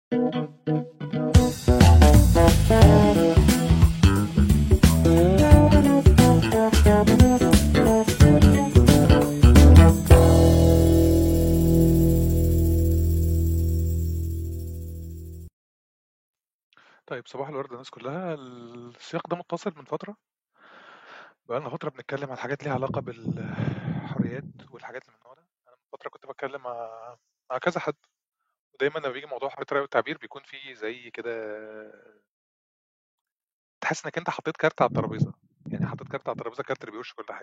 طيب صباح الورد الناس كلها. السياق ده متصل من فترة، بقالنا فترة بنتكلم عن حاجات ليها علاقة بالحريات والحاجات اللي من النوع ده. أنا من فترة كنت بتكلم مع كذا حد، ودايما لما بيجي موضوع حرية الرأي والتعبير بيكون فيه زي كده، تحس إنك أنت حطيت كارت على الترابيزة، يعني حطيت كارت على الترابيزة، كارت اللي بيوش كل حاجة.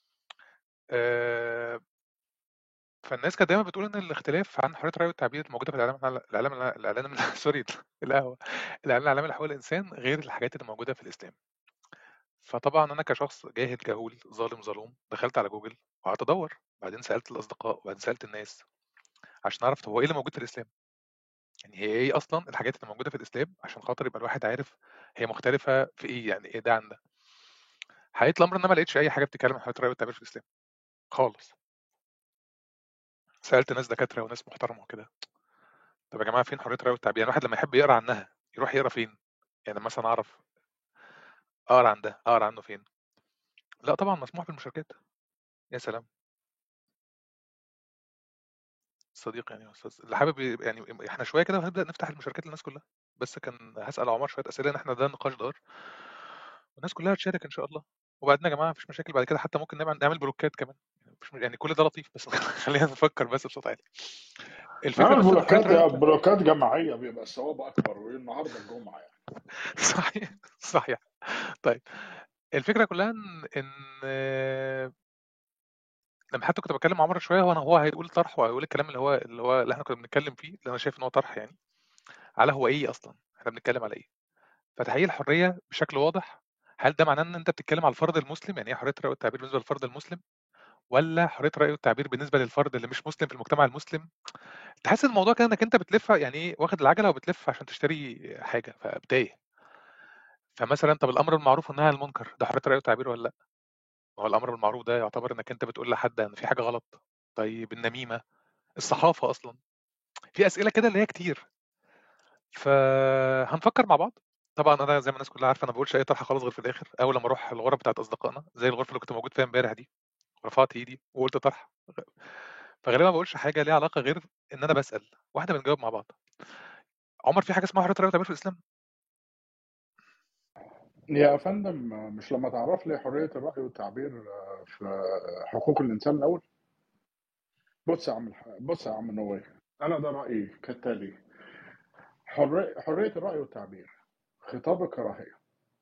آه، فالناس كانت دايما بتقول إن الاختلاف عن حرية الرأي والتعبير الموجودة في الإعلام سوري القهوة، الإعلان العالمي لحقوق الإنسان غير الحاجات اللي موجودة في الإسلام. فطبعًا أنا كشخص جاهل جهول ظالم ظلوم، دخلت على جوجل وقعدت أدوّر، بعدين سألت الأصدقاء، وبعدين سألت الناس عشان أعرف طب هو إيه اللي موجود في الإسلام؟ يعني هي إيه أصلًا الحاجات اللي موجودة في الإسلام عشان خاطر يبقى الواحد عارف هي مختلفة في إيه، يعني إيه ده عن ده. حقيقة الأمر إن أنا ما لقيتش أي حاجة بتتكلم عن حرية الرأي والتعبير في الإسلام خالص. سألت ناس دكاترة وناس محترمة وكده، طب يا جماعة فين حرية الرأي والتعبير؟ يعني الواحد لمّا يحب يقرا عنها يروح يقرا فين؟ يعني مثلًا أعرف أقرا عن ده، أقرا عنه فين؟ لأ طبعًا مسموح بالمشاركات. يا سلام! صديقي يعني يا أستاذ، اللي حابب يعني إحنا شوية كده وهنبدأ نفتح المشاركات للناس كلها، بس كان هاسأل عمر شوية أسئلة، إن إحنا ده نقاش دار والناس كلها تشارك إن شاء الله. وبعدين يا جماعة ما فيش مشاكل، بعد كده حتى ممكن نعمل بلوكات كمان، يعني مفيش يعني كل ده لطيف بس خلينا نفكر بس بصوت عالي. الفكرة نعمل بس إن حرية بلوكات، الرأي يا والتعبير بلوكات جماعية بيبقى الثواب أكبر، والنهاردة الجمعة يعني. صحيح صحيح. طيب الفكرة كلها إن لما حتى كنت بتكلم مع عمر شوية، هو هيقول طرح وهيقول الكلام اللي احنا كنا بنتكلم فيه، اللي انا شايف ان هو طرح يعني على هو ايه اصلا احنا بنتكلم على ايه. فتحقيق الحرية بشكل واضح، هل ده معناه ان انت بتتكلم على الفرد المسلم، يعني ايه حرية الرأي والتعبير بالنسبة للفرد المسلم، ولا حرية الرأي والتعبير بالنسبة للفرد اللي مش مسلم في المجتمع المسلم؟ تحس الموضوع كده انك انت بتلف، يعني ايه واخد العجلة وبتلف عشان تشتري حاجة فبتايه. فمثلا طب الامر بالمعروف والنهي عن المنكر ده حرية الرأي والتعبير ولا لا؟ ما هو الامر بالمعروف ده يعتبر انك انت بتقول لحد ان في حاجة غلط. طيب النميمة، الصحافة اصلا، في اسئلة كده اللي هي كتير. فهنفكر مع بعض. طبعا انا زي ما الناس كلها عارفه انا ما بقولش اي طرحه خالص غير في الاخر، اول لما اروح الغرف بتاعت اصدقائنا زي الغرفه اللي كنت موجود فيها امبارح دي، رفعت ايدي وقلت طرح. فغالبا ما بقولش حاجه ليها علاقه غير ان انا بسال واحنا بنجاوب مع بعض. عمر، في حاجه اسمها حريه الراي والتعبير في الاسلام؟ يا فندم، مش لما تعرف لي حرية الرأي والتعبير في حقوق الإنسان الأول؟ بص يا عم نوير، أنا ده رأيي كالتالي: حرية الرأي والتعبير خطاب الكراهية،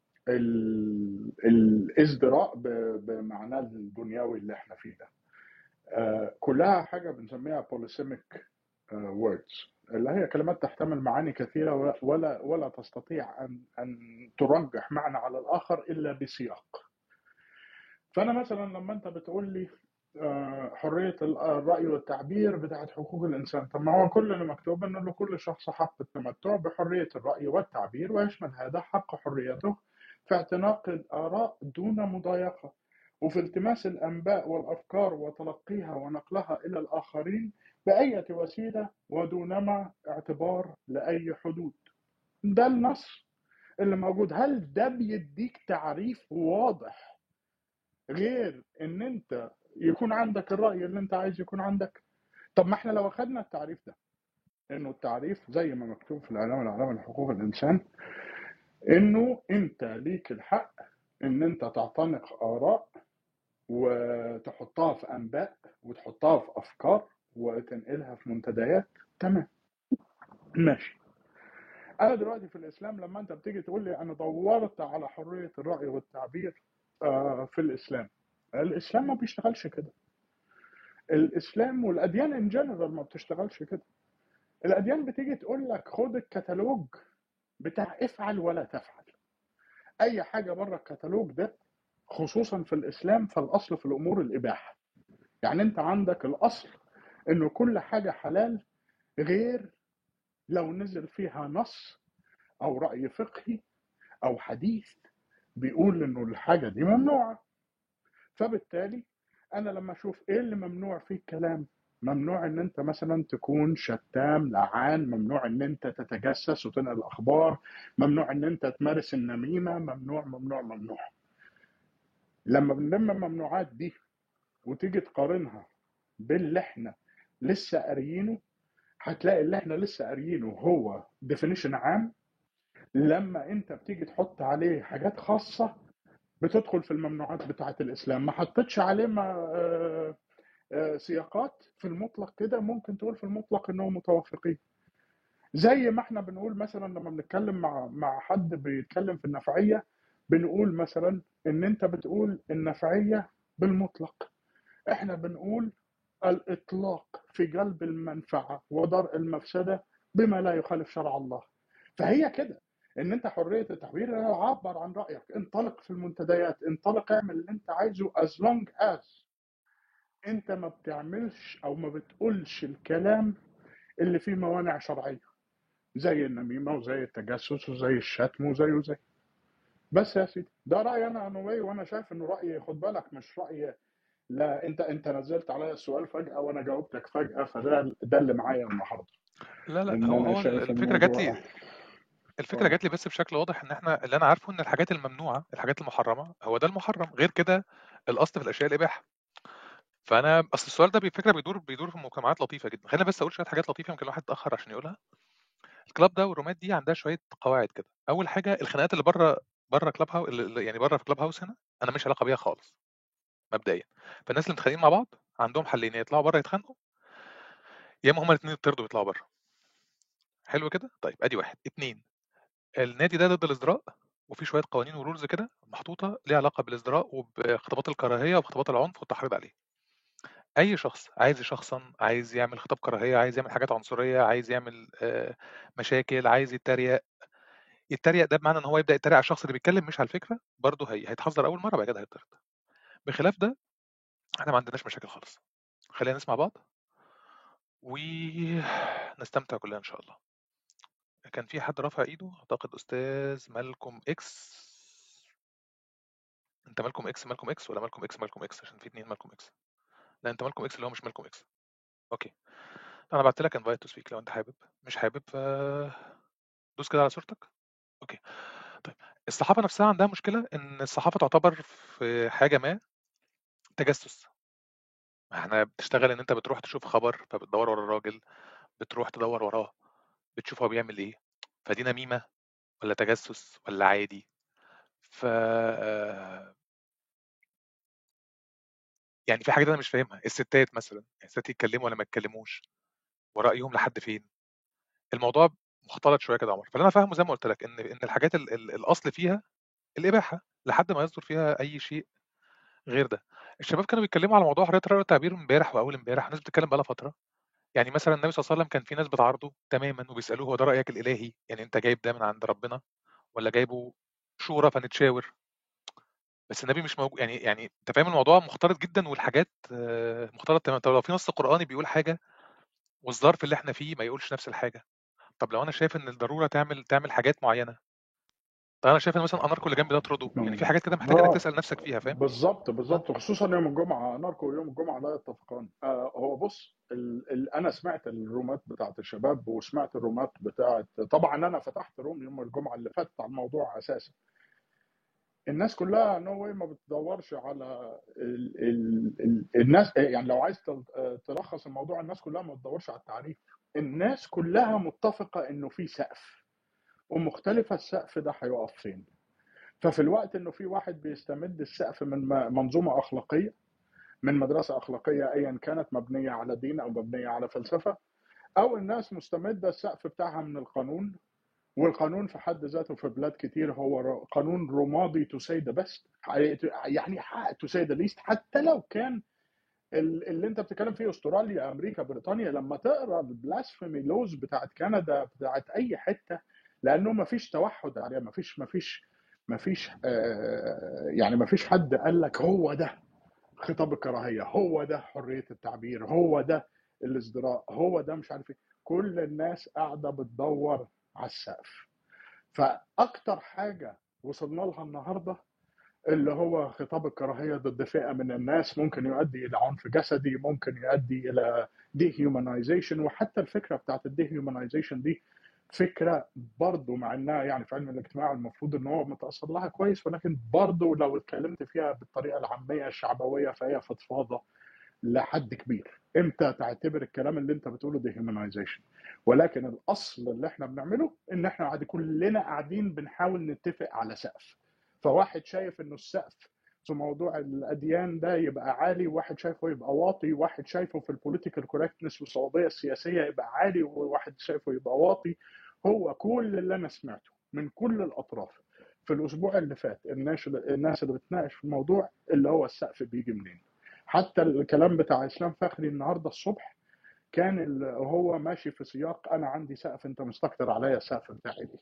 الازدراء بمعناه الدنيوي اللي احنا فيه ده، كلها حاجة بنسميها polysemic words، اللي هي كلمات تحتمل معاني كثيرة، ولا تستطيع أن ترجح معنى على الآخر إلا بسياق. فأنا مثلا لما أنت بتقول لي حرية الرأي والتعبير بتاعت حقوق الإنسان، طب ما هو كل اللي مكتوب إنه لكل شخص حق التمتع بحرية الرأي والتعبير، ويشمل هذا حق حريته في اعتناق الآراء دون مضايقة، وفي التماس الأنباء والأفكار وتلقيها ونقلها إلى الآخرين بأية وسيلة ودونما اعتبار لأي حدود. ده النص اللي موجود. هل ده بيديك تعريف واضح غير ان انت يكون عندك الرأي اللي انت عايز يكون عندك؟ طب ما احنا لو اخدنا التعريف ده، انه التعريف زي ما مكتوب في الاعلام العالمي لحقوق الانسان، انه انت ليك الحق ان انت تعتنق اراء وتحطها في انباء وتحطها في افكار وتنقلها في منتديات. تمام، ماشي. انا دلوقتي في الاسلام لما انت بتيجي تقول لي انا دورت على حرية الرأي والتعبير في الاسلام ما بيشتغلش كده. الاسلام والاديان ان جنرال ما بتشتغلش كده. الاديان بتيجي تقول لك خد الكتالوج بتاع افعل ولا تفعل. اي حاجه بره الكتالوج ده، خصوصا في الاسلام، فالاصل في الامور الاباحه. يعني انت عندك الاصل انه كل حاجه حلال، غير لو نزل فيها نص او راي فقهي او حديث بيقول انه الحاجه دي ممنوعه. فبالتالي انا لما اشوف ايه اللي ممنوع فيه الكلام ممنوع ان انت مثلا تكون شتام لعان، ممنوع ان انت تتجسس وتنقل اخبار، ممنوع ان انت تمارس النميمه، ممنوع ممنوع ممنوع. لما بنلم الممنوعات دي وتيجي تقارنها باللي احنا لسه قاريينه، هتلاقي اللي احنا لسه قاريينه هو ديفينيشن عام. لما انت بتيجي تحط عليه حاجات خاصه بتدخل في الممنوعات بتاعه الاسلام. ما حطيتش عليه سياقات في المطلق كده، ممكن تقول في المطلق انهم متوافقين. زي ما احنا بنقول مثلا لما بنتكلم مع حد بيتكلم في النفعيه، بنقول مثلا ان انت بتقول النفعيه بالمطلق، احنا بنقول الاطلاق في جلب المنفعه ودرء المفسده بما لا يخالف شرع الله. فهي كده، ان انت حريه التعبير، عبر عن رايك، انطلق في المنتديات، انطلق اعمل اللي انت عايزه as long as انت ما بتعملش او ما بتقولش الكلام اللي فيه موانع شرعيه، زي النميمه وزي التجسس وزي الشتم وزي. بس يا سيدي، ده رايي انا انوي، وانا شايف انه رايي، خد بالك، مش رايي. لا، انت نزلت عليا السؤال فجاه وانا جاوبتك فجاه، فده اللي معايا النهارده، لا لا، ان انا هو شايف الفكره جات الموضوع. لي، الفكره اه جات لي بس بشكل واضح ان احنا اللي انا عارفه ان الحاجات الممنوعه، الحاجات المحرمه هو ده المحرم، غير كده الاصل في الاشياء الاباحه. فانا اصل السؤال ده بفكره بيدور في مجتمعات لطيفه جدا. خلينا بس اقول شويه حاجات لطيفه يمكن الواحد اتاخر عشان يقولها. الكلاب ده والرومات دي عندها شويه قواعد كده. اول حاجه، الخناقات اللي بره كلاب هاوس، يعني بره في كلاب هاوس هنا، انا مش علاقه بيها خالص مبدئيا. فالناس اللي متخانقين مع بعض عندهم حلين: يا يطلعوا بره يتخانقوا، يا اما هما الاثنين يطردوا ويطلعوا بره. حلو كده؟ طيب ادي واحد. اتنين، النادي ده ضد الازدراء، وفي شويه قوانين ورولز كده محطوطه ليها علاقه بالازدراء وبخطابات الكراهيه وبخطابات العنف والتحريض عليه. اي شخص عايز يشخصن، عايز يعمل خطاب كراهيه، عايز يعمل حاجات عنصريه، عايز يعمل مشاكل، عايز يتريق ده بمعنى ان هو يبدا يتريق على الشخص اللي بيتكلم مش على الفكره، برضه هيتحذر اول مره، بعد كده هيتطرد. بخلاف ده احنا ما عندناش مشاكل خالص. خلينا نسمع بعض ونستمتع كلنا ان شاء الله. كان في حد رافع ايده، اعتقد استاذ مالكم اكس. انت مالكم اكس ولا مالكم اكس مالكم اكس؟ عشان في اتنين مالكم اكس. لا، انت مالكم اكس اللي هو مش مالكم اكس. اوكي، انا بعت لك انفايت تو سبيك لو انت حابب. مش حابب دوس كده على صورتك. اوكي. طيب، الصحافه نفسها عندها مشكله ان الصحافه تعتبر في حاجه ما تجسس. احنا بتشتغل ان انت بتروح تشوف خبر فبتدور ورا الراجل، بتروح تدور وراه، بتشوف هو بيعمل ايه. فدي نميمه ولا تجسس ولا عادي؟ ف يعني في حاجات انا مش فاهمها. الستات مثلا، الستات يتكلموا ولا ما يتكلموش، ورأيهم لحد فين؟ الموضوع مختلط شويه كده يا عمر. فاللي انا فاهمه زي ما قلت لك ان الحاجات الاصل فيها الاباحه لحد ما يصدر فيها اي شيء غير ده. الشباب كانوا بيتكلموا على موضوع حريه الرأي والتعبير امبارح واول امبارح، الناس بتتكلم بقى لها فتره. يعني مثلا النبي صلى الله عليه وسلم كان في ناس بتعارضه تماما وبيسالوه هو ده رايك الالهي؟ يعني انت جايب ده من عند ربنا ولا جايبه شورى فنتشاور؟ بس النبي مش موجود. يعني انت فاهم الموضوع مختلط جدا، والحاجات مختلط تماما. طب لو في نص قرآني بيقول حاجه والظرف اللي احنا فيه ما يقولش نفس الحاجه، طب لو انا شايف ان الضروره تعمل حاجات معينه، طب انا شايف ان مثلا اناركو اللي جنبي ده اطرده. يعني في حاجات كده محتاج انك تسال نفسك فيها، فاهم؟ بالظبط اه. بالظبط، خصوصا يوم الجمعه، ناركو ويوم الجمعه لا يتفقان. هو بص، انا سمعت الرومات بتاعت الشباب، وسمعت الرومات بتاعت، طبعا انا فتحت روم يوم الجمعه اللي فاتت على الموضوع اساسا. الناس كلها نو واي ما بتدورش على الناس، يعني لو عايز تلخص الموضوع، الناس كلها ما بتدورش على التعريف. الناس كلها متفقه انه في سقف، ومختلفه السقف ده هيقف فين. ففي الوقت انه في واحد بيستمد السقف من منظومه اخلاقيه، من مدرسه اخلاقيه ايا كانت، مبنيه على دين او مبنيه على فلسفه، او الناس مستمده السقف بتاعها من القانون. والقانون في حد ذاته في بلاد كتير هو قانون رمادي تو سي ذا بيست، يعني تو سي ذا ليست. حتى لو كان اللي انت بتتكلم فيه استراليا، امريكا، بريطانيا، لما تقرا البلاسفيمي لوز بتاعت كندا، بتاعت اي حته، لانه ما فيش توحد عليها، ما فيش يعني ما فيش حد قال لك هو ده خطاب الكراهيه، هو ده حريه التعبير، هو ده الازدراء، هو ده مش عارف ايه. كل الناس قاعده بتدور على السقف. فاكتر حاجه وصلنا لها النهارده اللي هو خطاب الكراهية ضد فئة من الناس ممكن يؤدي إلى عنف جسدي، ممكن يؤدي إلى dehumanization. وحتى الفكرة بتاعت dehumanization دي فكرة برضه، مع إنها يعني في علم الاجتماع المفروض إن هو متأصل لها كويس، ولكن برضه لو اتكلمت فيها بالطريقة العامية الشعبوية فهي فضفاضة لحد كبير. امتى تعتبر الكلام اللي انت بتقوله dehumanization؟ ولكن الاصل اللي احنا بنعمله ان احنا عادي كلنا قاعدين بنحاول نتفق على سقف، فواحد شايف انه السقف في موضوع الاديان ده يبقى عالي، واحد شايفه يبقى واطي، واحد شايفه في البوليتيكال كوركتنس والصعوبيه السياسيه يبقى عالي، وواحد شايفه يبقى واطي. هو كل اللي انا سمعته من كل الاطراف في الاسبوع اللي فات، الناس اللي بتناقش في الموضوع اللي هو السقف بيجي منين. حتى الكلام بتاع اسلام فخري النهارده الصبح كان هو ماشي في سياق انا عندي سقف، انت مستكتر عليا السقف بتاعي دي.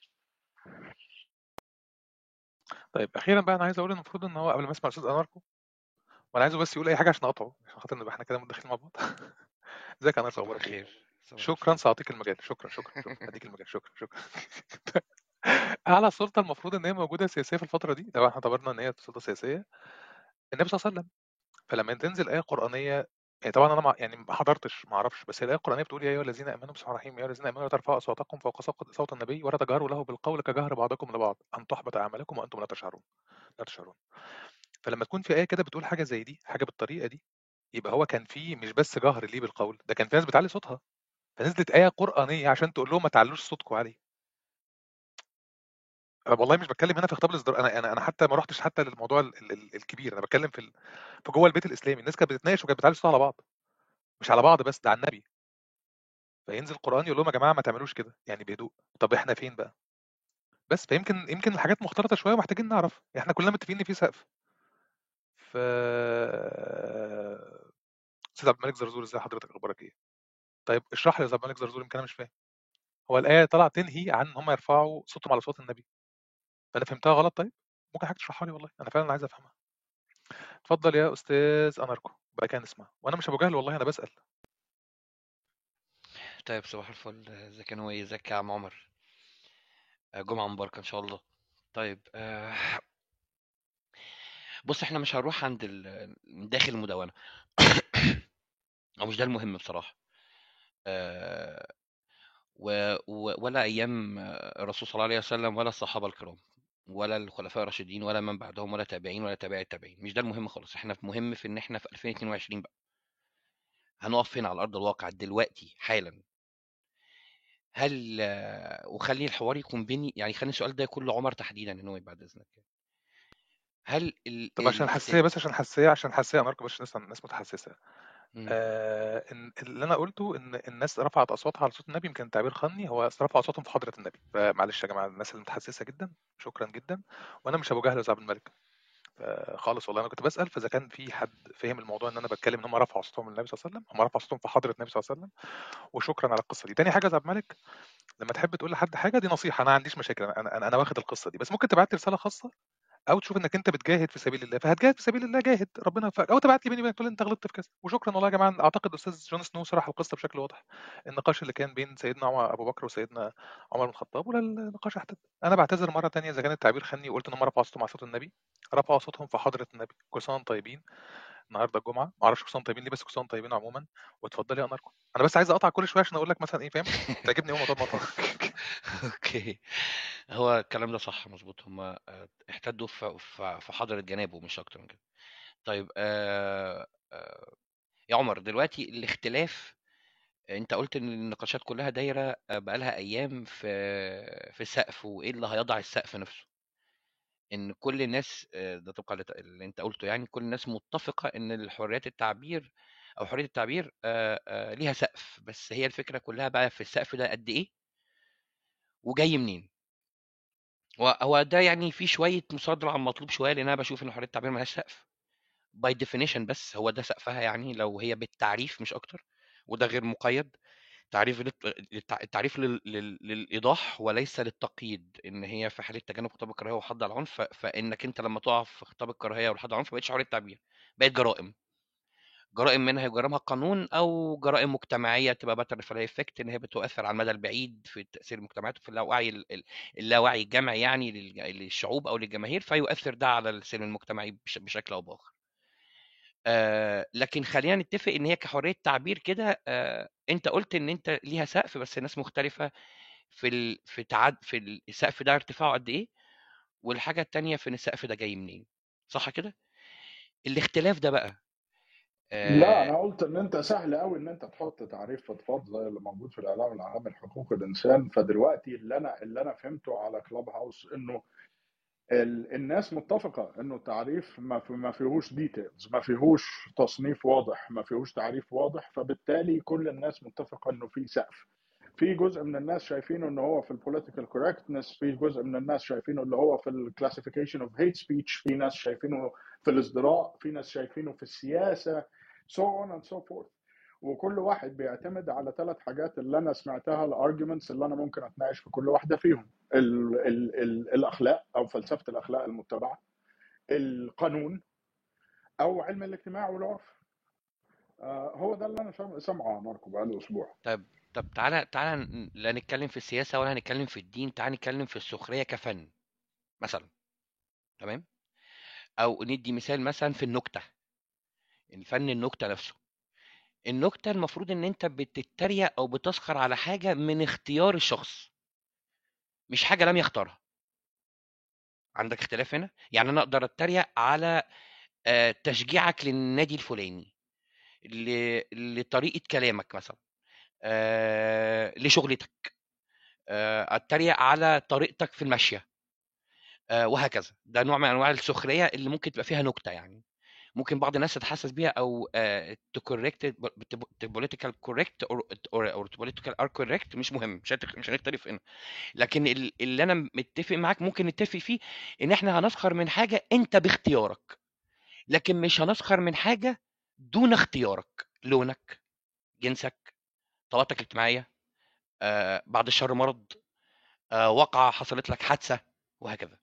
طيب اخيرا بقى انا عايز اقول إن المفروض ان هو قبل ما اسمع الاستاذ اناركو، وانا عايزه بس يقول اي حاجه عشان اقطعه، عشان خاطر نبقى احنا كده متداخلين مع بعض. ازيك يا اناركو، صباح اخبارك ايه؟ الخير، صباح شكرا، الخير. ساعطيك المجال. شكرا شكرا شكرا، هديك المجال. شكرا شكرا. اعلى سلطه المفروض ان هي موجوده سياسيه في الفتره دي، لو احنا اعتبرنا ان هي سلطه سياسيه، النبي صلى الله عليه وسلم. فلما تنزل آية قرآنية، يعني طبعًا أنا يعني ما حضرتش، ما أعرفش، بس الآية القرآنية بتقول: "يا أيها الذين آمنوا" بسم الله الرحمن الرحيم، "يا أيها الذين آمنوا لا ترفعوا أصواتكم فوق صوت النبي ولا تجهروا له بالقول كجهر بعضكم لبعض أن تحبط أعمالكم وأنتم لا تشعرون." فلما تكون في آية كده بتقول حاجة زي دي، حاجة بالطريقة دي، يبقى هو كان في مش بس جهر ليه بالقول، ده كان في ناس بتعلّي صوتها، فنزلت آية قرآنية عشان تقول لهم ما تعلّوش صوتكم عالي. أنا والله مش باتكلم هنا في خطاب الإصدار، أنا حتى ما رُحتش حتى للموضوع الكبير، أنا باتكلم في جوّه البيت الإسلامي، الناس كانت بتتناقش وكانت بتعلّي صوتها على بعض، مش على بعض بس، ده على النبي. فينزل القرآن يقول لهم يا جماعة ما تعملوش كده، يعني بهدوء. طب إحنا فين بقى؟ بس فيمكن الحاجات مختلطة شوية ومحتاجين نعرف، إحنا كلنا متفقين إن في سقف. ف أستاذ عبد الملك زرزور، إزي حضرتك، أخبارك إيه؟ طيب اشرح لي يا أستاذ عبد الملك زرزور، يمكن أنا مش فاهم. هو الآية طالعة تنهي عن إن هم يرفعوا صوتهم على صوت النبي، فأنا فهمتها غلط طيب؟ ممكن حضرتك تشرحها لي والله، أنا فعلًا عايز أفهمها. اتفضل يا أستاذ أناركو، وبعد كده نسمع، وأنا مش أبو جهل والله، أنا باسأل. طيب صباح الفل، ازيك يا نوي، ازيك يا عم عمر. جمعة مباركة ان شاء الله. طيب بص احنا مش هنروح عند داخل المدونة. او مش ده المهم بصراحة. آه، ولا ايام الرسول صلى الله عليه وسلم ولا الصحابة الكرام ولا الخلفاء الراشدين ولا من بعدهم ولا تابعين ولا تابع التابعين، مش ده المهم خالص. احنا مهم في ان احنا في 2022 بقى هنقف فين على ارض الواقع دلوقتي حالا. هل وخلي الحوار يكون بيني، يعني خلي السؤال ده يكون لعمر تحديدا ان هو بعد اذنك. هل طب عشان الحساسية بس، عشان الحساسية أناركو، بس عشان الناس متحسسة. مم. إن اللي أنا قُلته إن الناس رفعت أصواتها على صوت النبي، يمكن تعبير خانّي، هو رفعوا أصواتهم في حضرة النبي، فمعلش يا جماعة الناس المتحسسة جدًا، شكرًا جدًا، وأنا مش أبو جهل ولا عبد الملك خالص والله، أنا كنت باسأل، فإذا كان في حد فِهِم الموضوع إن أنا باتكلم إن هم رفعوا صوتهم للنبي صلى الله عليه وسلم، هم رفعوا صوتهم في حضرة النبي صلى الله عليه وسلم، وشكرًا على القصة دي. تاني حاجة يا عبد الملك، لمّا تحب تقول لحد حاجة دي نصيحة، أنا ما عنديش مشاكل، أنا واخد القصة دي، بس ممكن تبعت لي رسالة خاصة، أو تشوف إنك أنت بتجاهد في سبيل الله، فهتجاهد في سبيل الله جاهد، ربنا يوفقك، أو تبعت لي بيني وبينك تقول لي أنت غلطت في كذا، وشكرًا والله يا جماعة. أعتقد أستاذ جون سنو شرح القصة بشكل واضح، النقاش اللي كان بين سيدنا أبو بكر وسيدنا عمر بن الخطاب، النقاش احتد. أنا باعتذر مرة تانية إذا كان التعبير خانّي وقُلت إن هم رفعوا صوتهم على صوت النبي، رفعوا صوتهم في حضرة النبي. كل سنة وأنتم طيبين، النهارده الجمعة، ما أعرفش كل سنة وأنتم طيبين ليه، بس كل سنة وأنتم طيبين عمومًا، واتفضلي يا أناركو. أنا بس عايز أقاطعك كل شوية عشان أقول لك مثلًا إيه، فاهم؟ بتعجبني أوي موضوع المقاطعة. اوكي. هو الكلام ده صح مظبوط، هم احتدوا في حضرة جنابه مش اكتر من كده. طيب يا عمر دلوقتي الاختلاف، انت قلت ان النقاشات كلها دايره بقالها ايام في السقف وايه اللي هيضع السقف نفسه. ان كل الناس ده طبقا اللي انت قلته، يعني كل الناس متفقه ان الحريات التعبير او حريه التعبير ليها سقف، بس هي الفكره كلها بقى في السقف ده قد ايه وجاي منين. هو ده يعني في شويه مصادره عن مطلوب شويه، لان انا بشوف ان حريه التعبير ملهاش سقف باي ديفينيشن، بس هو ده سقفها يعني لو هي بالتعريف مش اكتر، وده غير مقيد. التعريف للإيضاح وليس للتقييد، إن هي في حالة تجنب خطاب الكراهية وحد على العنف، فإنك أنت لما تقع في خطاب الكراهية والحد على العنف ما بقتش حرية تعبير، بقت جرائم. جرائم منها يجرمها القانون، او جرائم مجتمعيه تبقى باترفلاي افكت، ان هي بتؤثر على المدى البعيد في تاثير المجتمعات وفي اللاوعي اللاوعي الجمعي يعني للشعوب او للجماهير، فيؤثر ده على السلم المجتمعي بشكل او باخر. لكن خلينا نتفق ان هي كحريه تعبير كده. انت قلت ان انت ليها سقف، بس الناس مختلفه في السقف ده ارتفاعه قد ايه، والحاجه التانيه في ان السقف ده جاي منين. صح كده؟ الاختلاف ده بقى لا، آه، انا قلت ان انت سهل قوي ان انت تحط تعريف فضفاض زي اللي موجود في الاعلام العالمي لحقوق الانسان. فدلوقتي اللي انا فهمته على كلاب هاوس انه الناس متفقه انه التعريف ما فيهوش ديتيلز، ما فيهوش تصنيف واضح، ما فيهوش تعريف واضح، فبالتالي كل الناس متفقه انه في سقف. في جزء من الناس شايفينه ان هو في البوليتيكال كوركتنس، في جزء من الناس شايفينه اللي هو في الكلاسيفيكيشن اوف هيت سبيتش، في ناس شايفينه في الازدراء، في ناس شايفينه في السياسه، so on and so forth. وكل واحد بيعتمد على 3 حاجات اللي انا سمعتها، الارجيومنتس اللي انا ممكن اتناقش في كل واحده فيهم: ال الاخلاق او فلسفه الاخلاق المتبعه، القانون، او علم الاجتماع والعرف. هو ده اللي انا سامعه يا ماركو بقاله اسبوع. طب تعالى لا نتكلم في السياسه ولا هنتكلم في الدين، تعالى نتكلم في السخريه كفن مثلا. تمام. او ندي مثال مثلا في النكته، الفن النكته نفسه. النكته المفروض ان انت بتتريق او بتسخر على حاجه من اختيار الشخص، مش حاجه لم يختارها. عندك اختلاف هنا. يعني انا اقدر اتريق على تشجيعك للنادي الفلاني، لطريقه كلامك مثلا، لشغلتك، اتريق على طريقتك في المشيه، وهكذا. ده نوع من انواع السخريه اللي ممكن تبقى فيها نكته يعني. ممكن بعض الناس تتحسس بيها او to correct to political correct or to political are correct. مش مهم، مش هنختلف هنا. لكن اللي انا متفق معاك ممكن نتفق فيه ان احنا هنسخر من حاجه انت باختيارك، لكن مش هنسخر من حاجه دون اختيارك. لونك، جنسك، طبقتك الاجتماعيه، بعد الشر مرض، واقعه حصلت لك، حادثه، وهكذا.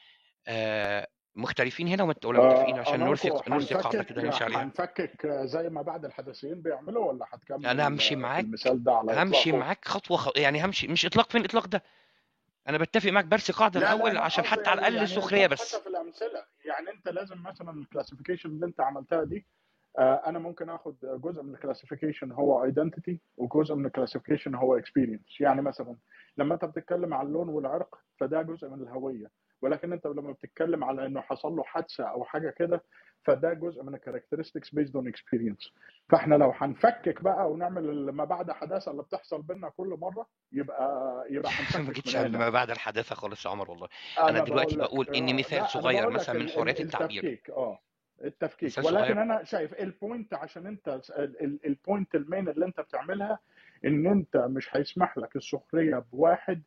مختلفين هنا ولا متفقين عشان ماركو، نرسي قاعده كده نمشي عليها؟ هنفكك زي ما بعد الحدثيين بيعملوا، ولا انا هتكمل همشي في معاك، المثال ده على همشي اطلاقه؟ معاك يعني همشي مش اطلاق. فين الاطلاق ده؟ انا بتفق معاك، برسي قاعده لا لا، الاول انا عشان قصدي حتى على الاقل يعني السخريه اطلاق حتى بس. في الامثله. يعني انت لازم مثلا الكلاسيفيكيشن اللي انت عملتها دي، انا ممكن اخد جزء من الكلاسيفيكيشن هو ايدنتيتي، وجزء من الكلاسيفيكيشن هو اكسبيرينس. يعني مثلا لما انت بتتكلم عن اللون والعرق فده جزء من الهويه، ولكن انت لما بتتكلم على انه حصل له حادثه او حاجه كده فده جزء من الكاركترستكس بيزد اون اكسبيرينس. فاحنا لو هنفكك بقى ونعمل ما بعد حداثه اللي بتحصل بينا كل مره، يبقى ما هنفكك جيتش من عند هنا. ما بعد الحداثه خالص يا عمر والله. انا انا دلوقتي بقول بقول لك ان مثال لا، انا صغير بقول لك مثلا من حريات التعبير. التفكيك. التفكيك. مثال ولكن صغير. انا شايف البوينت، عشان انت البوينت المين اللي انت بتعملها ان انت مش هيسمح لك السخريه بواحد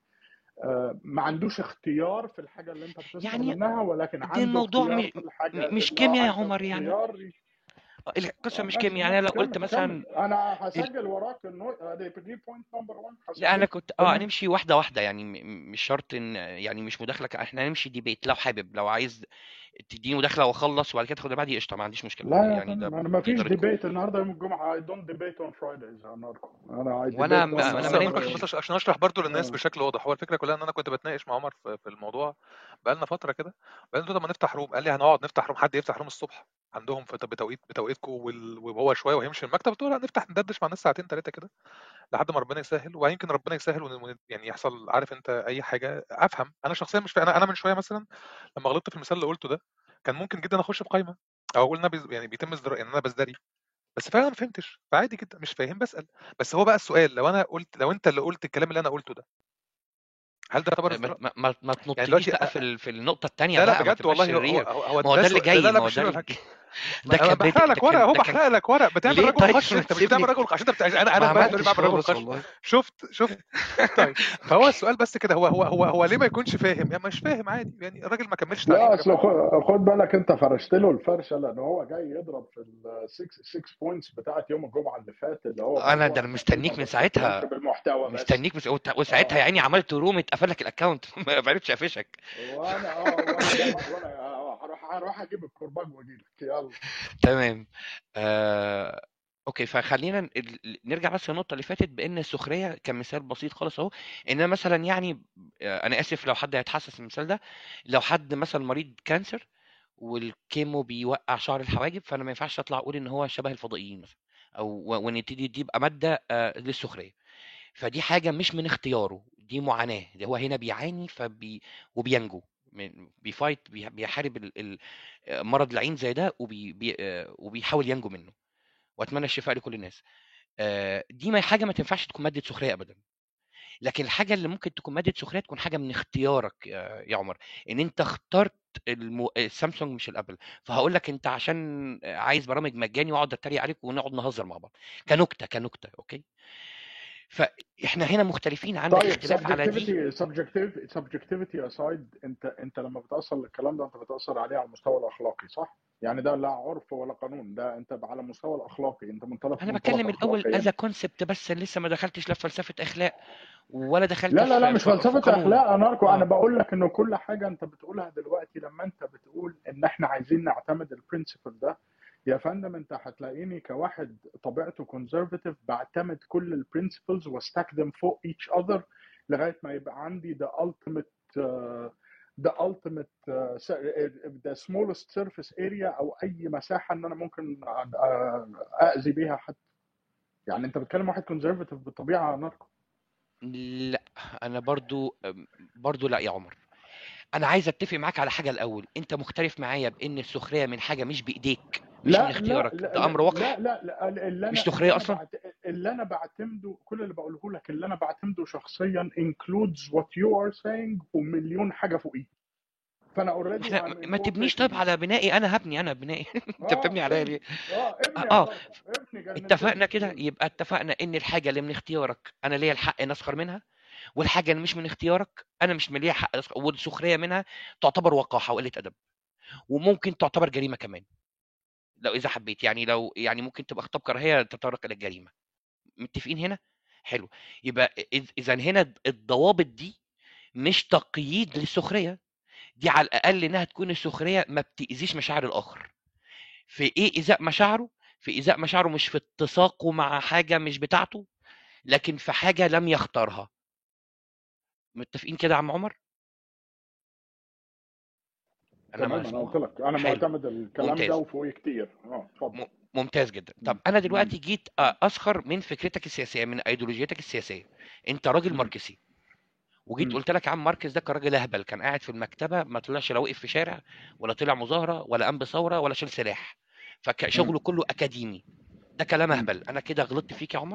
ما عندوش اختيار في الحاجه اللي انت بتسخر يعني منها، ولكن ده عنده الموضوع اختيار في الحاجه مش اللي كيمياء يا عنده عمر يعني. اختيار. القصه مش ماشي كيمياء. يعني أنا لو ماشي، قلت كمل كمل. مثلا انا هسجل وراك دي بوينت نمبر 1 لا، انا هسجلها. كنت تمام. نمشي واحده واحده يعني. مش شرط ان يعني مش مداخله، احنا هنمشي ديبيت. لو حابب، لو عايز تديني مداخله واخلص وبعد كده تاخد اللي بعدي، قشطه، ما عنديش مشكله لا يا يعني. ده فندم، انا ما دي فيش طريقتكم. ديبيت النهارده يوم الجمعه. I don't debate on Fridays يا ماركو. انا I وانا debate on بص انا بص ما يا ماركو، نمتش. عشان اشرح برضو للناس آه. بشكل واضح. هو الفكره كلها ان انا كنت بتناقش مع عمر في الموضوع بقالنا فتره كده. بعدين طب ما نفتح روم، قال لي هنقعد نفتح روم، حد يفتح روم الصبح عندهم في بتوقيتكم وهو شويه وهيمشي من المكتب. قلت له لا، نفتح ندردش مع الناس ساعتين 3 كده لحد ما ربنا يسهل. ويمكن ربنا يسهل يعني يحصل، عارف انت، اي حاجه افهم. انا شخصيا مش فاهم. انا من شويه مثلا لما غلطت في المثال اللي قلته ده، كان ممكن جدا اخش في قايمه او اقول يعني بيتم يعني انا بزدري. بس فعلا ما فهمتش، فعادي جدا مش فاهم بسأل. بس هو بقى السؤال، لو انت اللي قلت الكلام اللي انا قلته ده، هل ده يعتبر ما ازدراء؟ يعني تنطليش دلوقتي بقى في النقطه التانية لا لا بقى، ما بجد تبقاش والله، شرير. هو ما هو ده ده اللي السؤال. لا جاي، لا ما هو مش ده شيء اللي ولا حاجه. ده انا كان بحرق لك ورق اهو، بحرق لك ورق. بتعمل ليه رجل طيب قش، ما انت مش بتعمل تسيبني؟ رجل قش، انت ما انا اللي عملتش بعمل رجل خالص قش. والله. شفت طيب. فهو السؤال بس كده، هو ليه ما يكونش فاهم؟ يعني مش فاهم عادي، يعني الراجل ما كملش تعليم لا، يا اصل جماعه. خد بالك انت فرشت له الفرشه، لان هو جاي يضرب في ال 6 بوينتس بتاعت يوم الجمعه اللي فات، اللي هو ده موضوع انا انك انت مستنيك ما من بتهتمش ساعتها، بالمحتوى بس. مستنيك وساعتها اه يعني عملت روم اتقفل لك الاكونت ما عرفتش اقفشك. وانا جاي، وانا هروح هروح اجيب الكرباج واجي لك، يلا. تمام. اوكي، فخلينا نرجع بس للنقطه اللي فاتت، بان السخريه كمثال بسيط خالص اهو. ان أنا مثلا يعني انا اسف لو حد هيتحسس من المثال ده. لو حد مثلا مريض كانسر والكيمو بيوقع شعر الحواجب، فانا ما ينفعش اطلع اقول ان هو شبه الفضائيين مثلا، او ونبتدي دي يبقى ماده للسخريه. فدي حاجه مش من اختياره، دي معاناه، ده هو هنا بيعاني وبينجو بيفايت، بيحارب مرض لعين زي ده، وبيحاول ينجو منه. واتمنى الشفاء لكل الناس. دي ما حاجه ما تنفعش تكون ماده سخريه ابدا. لكن الحاجه اللي ممكن تكون ماده سخريه تكون حاجه من اختيارك يا عمر. ان انت اخترت السامسونج مش الابل. فهقول لك انت عشان عايز برامج مجاني، واقعد اتريق عليك ونقعد نهزر مع بعض كنكته اوكي. فاحنا هنا مختلفين، عندك طيب، اختلاف على دي. subjectivity aside، انت لما بتأثر الكلام ده انت بتأثر عليه على المستوى الاخلاقي، صح؟ يعني ده لا عرف ولا قانون، ده انت على المستوى الاخلاقي، انت انا منطلق بتكلم الاول اخلاقيا. از كونسبت، بس لسه ما دخلتش لا في فلسفه اخلاق ولا دخلت لا لا لا، في مش في فلسفة قانون. أخلاق يا ناركو، أنا اه بقول لك إنه كل حاجة أنت بتقولها دلوقتي لما أنت بتقول إن إحنا عايزين نعتمد البرنسبل ده، يا فندم أنت هتلاقيني كواحد طبيعته كونزرفاتيف بعتمد كل البرنسبلز واستخدم فوق each other لغاية ما يبقى عندي the ultimate the smallest surface area أو أي مساحة إن أنا ممكن أأذي بيها حد. يعني أنت بتكلم واحد كونزرفاتيف بالطبيعة يا ناركو. لا، انا برضو لا يا عمر. انا عايز اتفق معاك على حاجه الاول. انت مختلف معايا بان السخريه من حاجه مش بايديك، مش من لا لا اختيارك، لا ده امر لا وقح. لا, لا مش سخريه اصلا. اللي انا بعتمده، كل اللي بقوله لك اللي انا بعتمده شخصيا includes what you are saying ومليون حاجه فوقيه. فانا already احنا I'm ما تبنيش طيب incorporating it. على بنائي، انا بنائي انت بتبني عليا ليه؟ ابني يا اه ناركو، ابني اتفقنا جننتني. كده، يبقى اتفقنا ان الحاجه اللي من اختيارك انا ليا الحق ان اسخر منها، والحاجه اللي مش من اختيارك انا مش ليا حق اسخر، والسخريه منها تعتبر وقاحه وقله ادب، وممكن تعتبر جريمه كمان لو اذا حبيت. يعني لو يعني ممكن تبقى خطاب كراهيه تتطرق الى الجريمه. متفقين هنا؟ حلو. يبقى اذا هنا الضوابط دي مش تقييد للسخريه. دي على الاقل انها تكون السخريه ما بتاذيش مشاعر الاخر. في ايه ايذاء مشاعره؟ في ايذاء مشاعره مش في اتساقه مع حاجه مش بتاعته، لكن في حاجه لم يختارها. متفقين كده يا عم عمر؟ انا تمام، انا قلت لك انا حلو. معتمد الكلام ده ممتاز. وفوقيه كتير. اتفضل. ممتاز جدا. طب مم. انا دلوقتي مم. جيت اسخر من فكرتك السياسيه، من ايديولوجيتك السياسيه. انت راجل مم. ماركسي، وجيت مم. قلت لك يا عم ماركس ده كان راجل اهبل، كان قاعد في المكتبه، ما طلعش لا وقف في شارع، ولا طلع مظاهره، ولا قام بثوره، ولا شال سلاح، مم. فشغله كله اكاديمي. ده كلام مم. اهبل. انا كده غلطت فيك يا عمر؟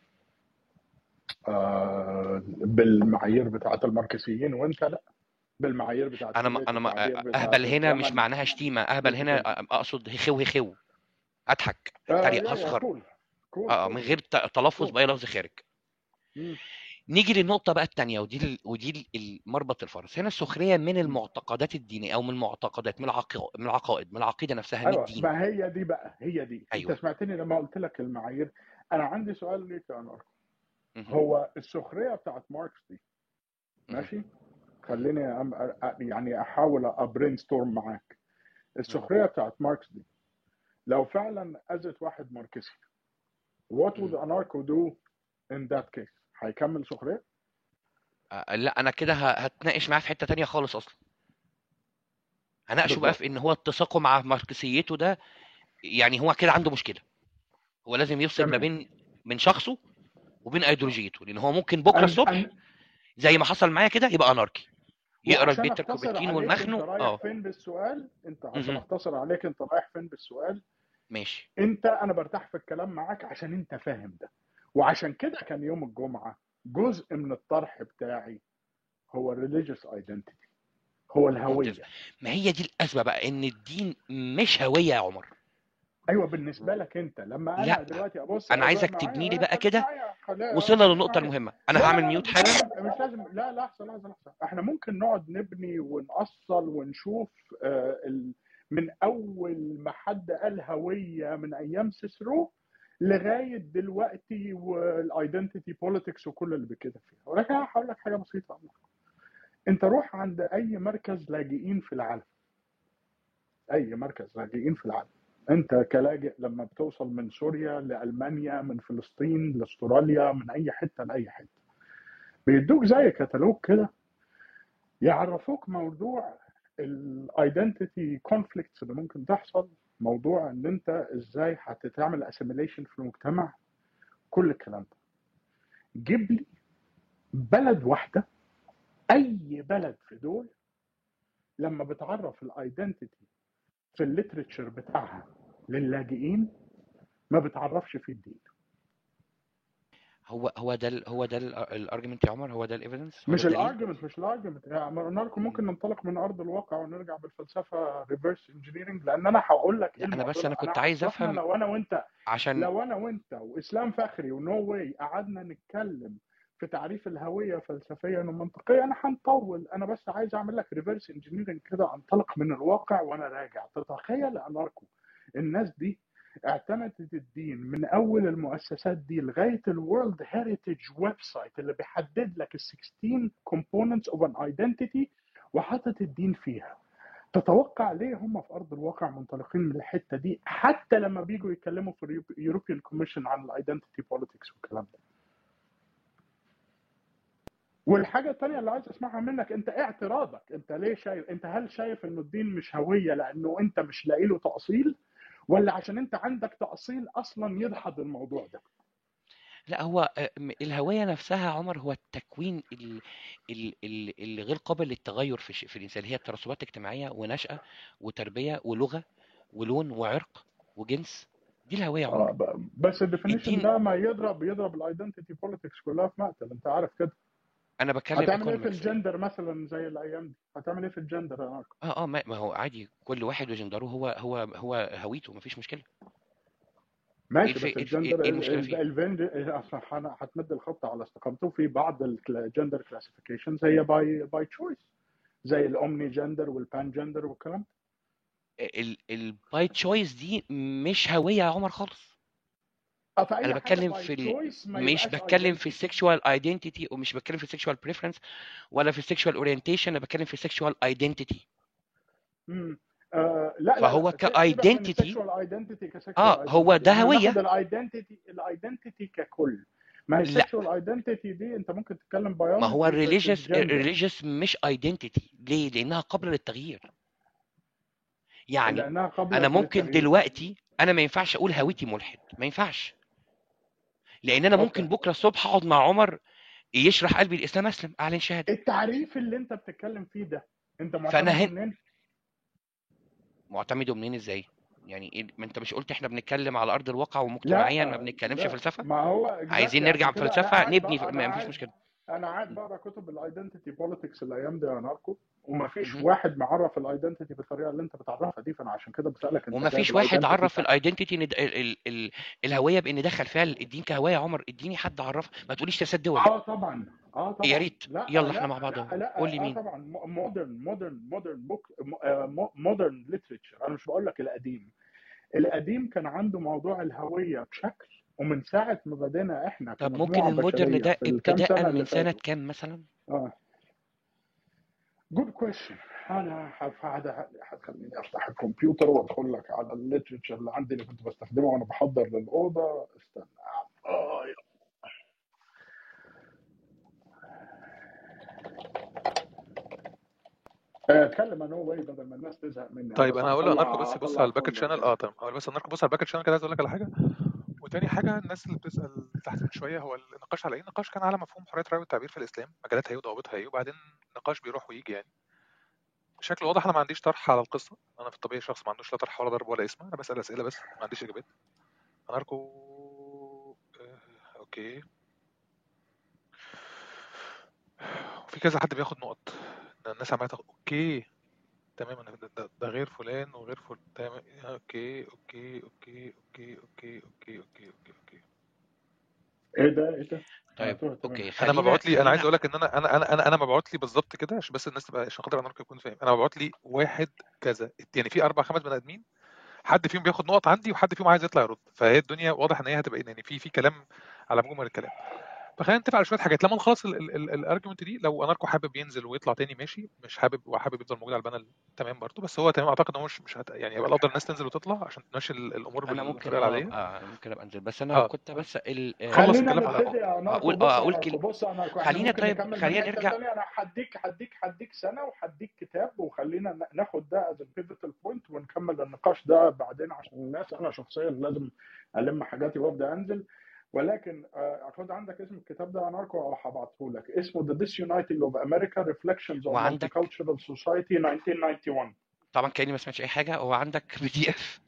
بالمعايير بتاعت الماركسيين، وانت لا، بالمعايير بتاعت انا ما حريه انا ما التعبير اهبل بتاعت هنا مش الزمن. معناها شتيمه، اهبل هنا والبتنج. اقصد هخو هخو، اضحك، اتريق، يا اسخر. كول كول كول من غير تلفظ كول. باي لفظ خارج. مم. نيجي للنقطه بقى الثانيه، ودي مربط الفرس. هنا السخريه من مم. المعتقدات الدينيه، او من المعتقدات، من العقائد، من العقيده نفسها، من ايوه، الدين. ما هي دي بقى، هي دي انت ايوه. سمعتني لما قلت لك المعايير. انا عندي سؤال ليك يا انور. مهم. هو السخريه بتاعت ماركس دي، مهم. ماشي، مهم. خليني يعني احاول ابرين ستورم معاك. مهم. السخريه بتاعت ماركس دي لو فعلا اذت واحد ماركسي، what would مهم. anarcho do in that case؟ هيكمل سخريه؟ لا، انا كده هتناقش معاه في حته تانية خالص اصلا. هناقشه بقى في بالظبط. ان هو اتساقه مع ماركسيته ده، يعني هو كده عنده مشكله. هو لازم يفصل ما تمام. بين من شخصه وبين ايديولوجيته، لان هو ممكن بكره أن الصبح زي ما حصل معايا كده يبقى اناركي، يقرا وعشان البيتر اختصر كوبرتين عليك انت والمخنوق. رايح فين بالسؤال، انت عشان مهم. اختصر عليك انت رايح فين بالسؤال. ماشي. انا برتاح في الكلام معاك عشان انت فاهم ده، وعشان كده كان يوم الجمعه جزء من الطرح بتاعي هو religious identity، هو ممتاز. الهويه. ما هي دي الازمه بقى، ان الدين مش هويه يا عمر. ايوه، بالنسبه لك انت لما لا، انا دلوقتي ابص انا أبقى عايزك معايا، تبني لي بقى خليك كده. معايا، وصلنا خليك للنقطه معايا. المهمه، لا انا لا هعمل لا ميوت مش حالا. لازم مش لازم لا لحظه لحظه لحظه، احنا ممكن نقعد نبني ونأصل ونشوف من اول ما حد قال هويه من ايام سيسرو لغايه دلوقتي والايدنتيتي بوليتكس وكل اللي بكده فيها. ولكن أنا هقول لك حاجه بسيطه. انت روح عند اي مركز لاجئين في العالم، اي مركز لاجئين في العالم. انت كلاجئ لما بتوصل من سوريا لالمانيا، من فلسطين لاستراليا، من اي حته لاي حته، بيدوك زي كتالوج كده يعرفوك موضوع الايدنتيتي كونفليكتس اللي ممكن تحصل، موضوع ان انت ازاي هتتعمل اسيميليشن في المجتمع، كل الكلام ده. جيب لي بلد واحده، اي بلد في دول لما بتعرف الايدنتيتي في الليتريتشر بتاعها للاجئين ما بتعرفش فيه الدين. هو ده الارجيومنت يا عمر، هو ده الايفيدنس، هو ده مش الدليل. الارجيومنت يعني قلنا لكم ممكن ننطلق من ارض الواقع ونرجع بالفلسفه ريفرس انجينيرنج، لان انا هقول لك ايه لا انا المعضله. انا كنت عايز هشرحنا افهم عشان لو انا وانت واسلام فخري ونو واي قعدنا نتكلم في تعريف الهويه فلسفيا ومنطقيا انا هنطول. انا بس عايز اعمل لك ريفرس انجينيرنج كده، انطلق من الواقع وانا راجع. تتخيل اناركو الناس دي اعتمدت الدين من اول المؤسسات دي لغايه الورلد هيريتج ويب سايت اللي بيحدد لك ال 16 components of an identity وحاطط الدين فيها. تتوقع ليه هم في ارض الواقع منطلقين من الحته دي حتى لما بيجوا يتكلموا في اليوروبيان كوميشن عن الايدنتيتي بوليتكس والكلام ده؟ والحاجه الثانيه اللي عايز اسمعها منك، انت ايه اعتراضك؟ انت ليه شايف، انت هل شايف انه الدين مش هويه لانه انت مش لاقي له تاصيل، ولا عشان انت عندك تاصيل اصلا يدحض الموضوع ده؟ لا هو الهوية نفسها يا عمر هو التكوين اللي غير قابل للتغير في الإنسان، هي الترسبات الاجتماعية ونشأة وتربية ولغة ولون وعرق وجنس، دي الهوية يا عمر. بس الديفينيشن الدين ده ما يضرب الايدنتيتي بوليتكس كلها في مقتل، انت عارف كده. أنا بتكلم هتعمل ايه في ايكونومكس. الجندر مثلا زي الايام دي؟ هتعمل ايه في الجندر يا ماركو؟ ما هو عادي كل واحد وجندره هو هويته، مفيش مشكلة. ماشي، بس الجندر ايه المشكلة فيه؟ الفين اصلا هتمد الخط على استقامته في بعض الجندر كلاسيفيكيشنز هي باي تشويس، زي الاومني جندر والبان جندر والكلام ده. الباي تشويس دي مش هوية يا عمر خالص. انا فاي حاجه بتكلم باي تشويس ما مش يبقاش بتكلم في ايدنتيتي. السكشوال ايدنتيتي، ومش بتكلم في السكشوال بريفرنس ولا في السكشوال اورينتيشن، انا بتكلم في السكشوال ايدنتيتي. لا فهو سيبك من كايدنتيتي السكشوال ايدنتي كسكشوال هو ايدنتيتي، ده احنا هوية. بناخد الايدنتيتي ككل. ما هي لا السكشوال ايدنتيتي دي انت ممكن تتكلم ما هو بيولوجي فيرسز جندر، الريليجيوس مش ايدنتيتي. ليه؟ لانها قابلة للتغيير. يعني لانها انا قابله ممكن للتغيير. دلوقتي ما ينفعش اقول هويتي ملحد، ما ينفعش، لان انا اوكي، ممكن بكره الصبح اقعد مع عمر يشرح قلبي الاسلام اسلم اعلن شهاده. التعريف اللي انت بتتكلم فيه ده انت فانا معتمده منين؟ معتمده منين ازاي؟ يعني إيه؟ ما انت مش قلت احنا بنتكلم على ارض الواقع ومجتمعيا ما لا بنتكلمش لا، فلسفه؟ ما هو عايزين اكزاكتلي نرجع عشان كده انا بفلسفه قاعد نبني بقى، ما فيش مشكله. انا قاعد بقرا كتب الايدنتيتي بوليتكس الايام دي يا ناركو، وما فيش مهم. واحد معرف الايدنتيتي بالطريقه اللي انت بتعرفها دي. فانا عشان كده بسالك انت وما جايب فيش واحد الايدنتيتي عرف بتاع. الايدنتيتي الهويه بان دخل فيها الدين كهويه يا عمر. اديني حد عرفها، ما تقوليش تسد دول. طبعا، يا طبعا، ريت، لا يلا احنا لا مع بعض اهو. لا قول لي لا، مين. طبعا مودرن بوك، مودرن ليتريتشر. انا مش بقول لك القديم. القديم كان عنده موضوع الهويه بشكل، ومن ساعه ما بدينا احنا طب ممكن كمجموعه المودرن بشريه ده في الكام ابتداء سنه من اللي سنه فاتوا. كام مثلا؟ جود كويشن. انا هتخليني افتح الكمبيوتر وادخل لك على الليترشر اللي عندي اللي كنت بستخدمه وانا بحضر للاوضه. استنى. آه اتكلم انا واي بدل ما الناس تزهق مني. طيب بس انا هقول لاناركو بس بص على الباكت فولدر شانل. كده. تمام، هقول بس اناركو بص على الباكت شانل كده. عايز اقول لك على حاجه. وتاني حاجه، الناس اللي بتسال تحت من شويه، هو النقاش على ايه؟ النقاش كان على مفهوم حريه الراي والتعبير في الاسلام، مجالاتها ايه وضوابطها ايه، وبعدين النقاش بيروح ويجي يعني. بشكل واضح انا ما عنديش طرح على القصه. انا في الطبيعي شخص ما عندوش لا طرح ولا ضرب ولا اسم. انا بسال اسئله بس ما عنديش اجابات. اناركو اوكي. وفي كذا حد بياخد نقط. الناس عماله تاخد اوكي تمام. انا ده غير فلان وغير فلان. تمام اوكي اوكي اوكي اوكي اوكي اوكي اوكي اوكي اوكي. ايه ده؟ طيب تمام. اوكي، انا خلينا مبعوت لي، انا عايز خلينا اقول لك ان انا مبعوت لي بالظبط كده، عشان بس الناس تبقى، عشان خاطر انا يكون فاهم. انا مبعوت لي واحد كذا، يعني في 4 5 بني ادمين، حد فيهم بياخد نقط عندي وحد فيهم عايز يطلع يرد. فهي الدنيا واضح ان هي هتبقى يعني في كلام على مجمل الكلام. فخلينا نتفق على شويه حاجات لما نخلص الارجيومنت دي. لو اناركو حابب ينزل ويطلع تاني ماشي، مش حابب وحابب يفضل موجود على البانل تمام برضه، بس هو تمام. اعتقد ان هو مش يعني يبقى الافضل الناس تنزل وتطلع عشان تمشي الامور انا ممكن بالطريقه العاديه. ممكن ابقى انزل، بس انا اه كنت بسأل خلص خلينا الكلام نبتدي يا ناركو. هقول بص يا اقول ناركو، بص يا ناركو، احنا خلينا ممكن طيب نكمل من خلينا حته نرجع. ثانيه. انا هديك سنه وهديك كتاب، وخلينا ناخد ده از بيفيتال بوينت ونكمل النقاش ده بعدين عشان الناس. انا شخصيا لازم الم حاجاتي وابدا انزل، ولكن خد عندك اسم الكتاب ده يا ناركو او هبعته لك. اسمه The Disuniting of America Reflections on وعندك Multicultural Society 1991. طبعا كأني ما سمعتش اي حاجه. هو عندك PDF؟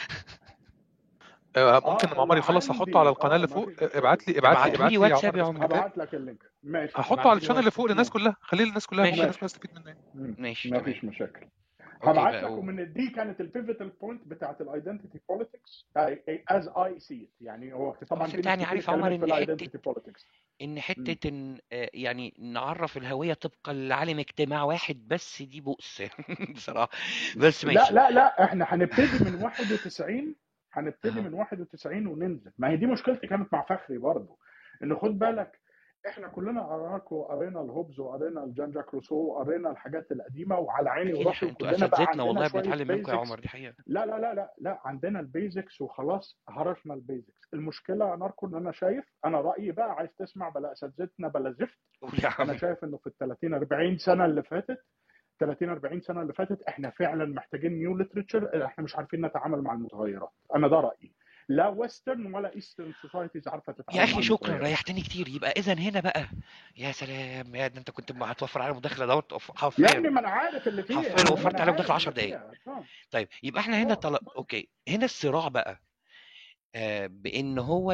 ممكن لما عمر يخلص هحطه على عندي القناه اللي ما فوق. فيش مشاكل. ابعت لي ابعتهولي يا واتساب عمر يا اسم عمر. الكتاب، هبعت لك اللينك. ماشي، هحطه على ابعت لي الشانل اللي فوق للناس ماشي كلها. خليه للناس كلها، ممكن ماشي الناس كلها تستفيد منه يعني. ماشي ما تمام. فيش مشاكل. اوكي هبعت بقى لك. ومن دي كانت البيفيتال بوينت بتاعت الايدنتيتي بوليتكس از اي سي. يعني هو طبعا بس في انت ناس يعني كتير عارف يا عمر اتكلمت في ان الايدنتيتي بوليتكس. حته ان يعني نعرف الهويه طبقا لعالم اجتماع واحد بس، دي بؤس بصراحه. بس لا ماشي. لا لا، احنا هنبتدي من 91. هنبتدي من 91 وننزل. ما هي دي مشكلتي كانت مع فخري برضه، ان خد بالك احنا كلنا قرينا الهوبز وقرينا الجان جاك روسو وقرينا الحاجات القديمه، وعلى عيني اكيد وراسي، انتوا وكلنا بقى اساتذتنا عندنا والله، شويه بنتعلم منكم يا بيزكس. عمر، دي حقيقه. لا لا لا لا لا، عندنا البيزكس وخلاص هرشنا البيزكس. المشكله يا ناركو ان انا شايف، انا رايي بقى، عايز تسمع بلا اساتذتنا بلا زفت. قول يا انا عم. شايف انه في ال 30 40 سنه اللي فاتت، 30 40 سنه اللي فاتت احنا فعلا محتاجين نيو ليتريتشر. احنا مش عارفين نتعامل مع المتغيرات. انا ده رايي. لا ويسترن ولا ايسترن سوسايتيز عارفه يا تتعامل مع اخي شكرا، المتغيرات. ريحتني كتير. يبقى اذا هنا بقى يا سلام، يا ده انت كنت هتوفر على المداخله دوت يا حرفيا. ابني ما انا عارف اللي فيها، حرفيا ما وفرت انا على المداخله عارف 10 اللي دقائق. فيها. طيب يبقى احنا هنا اوكي، هنا الصراع بقى بان هو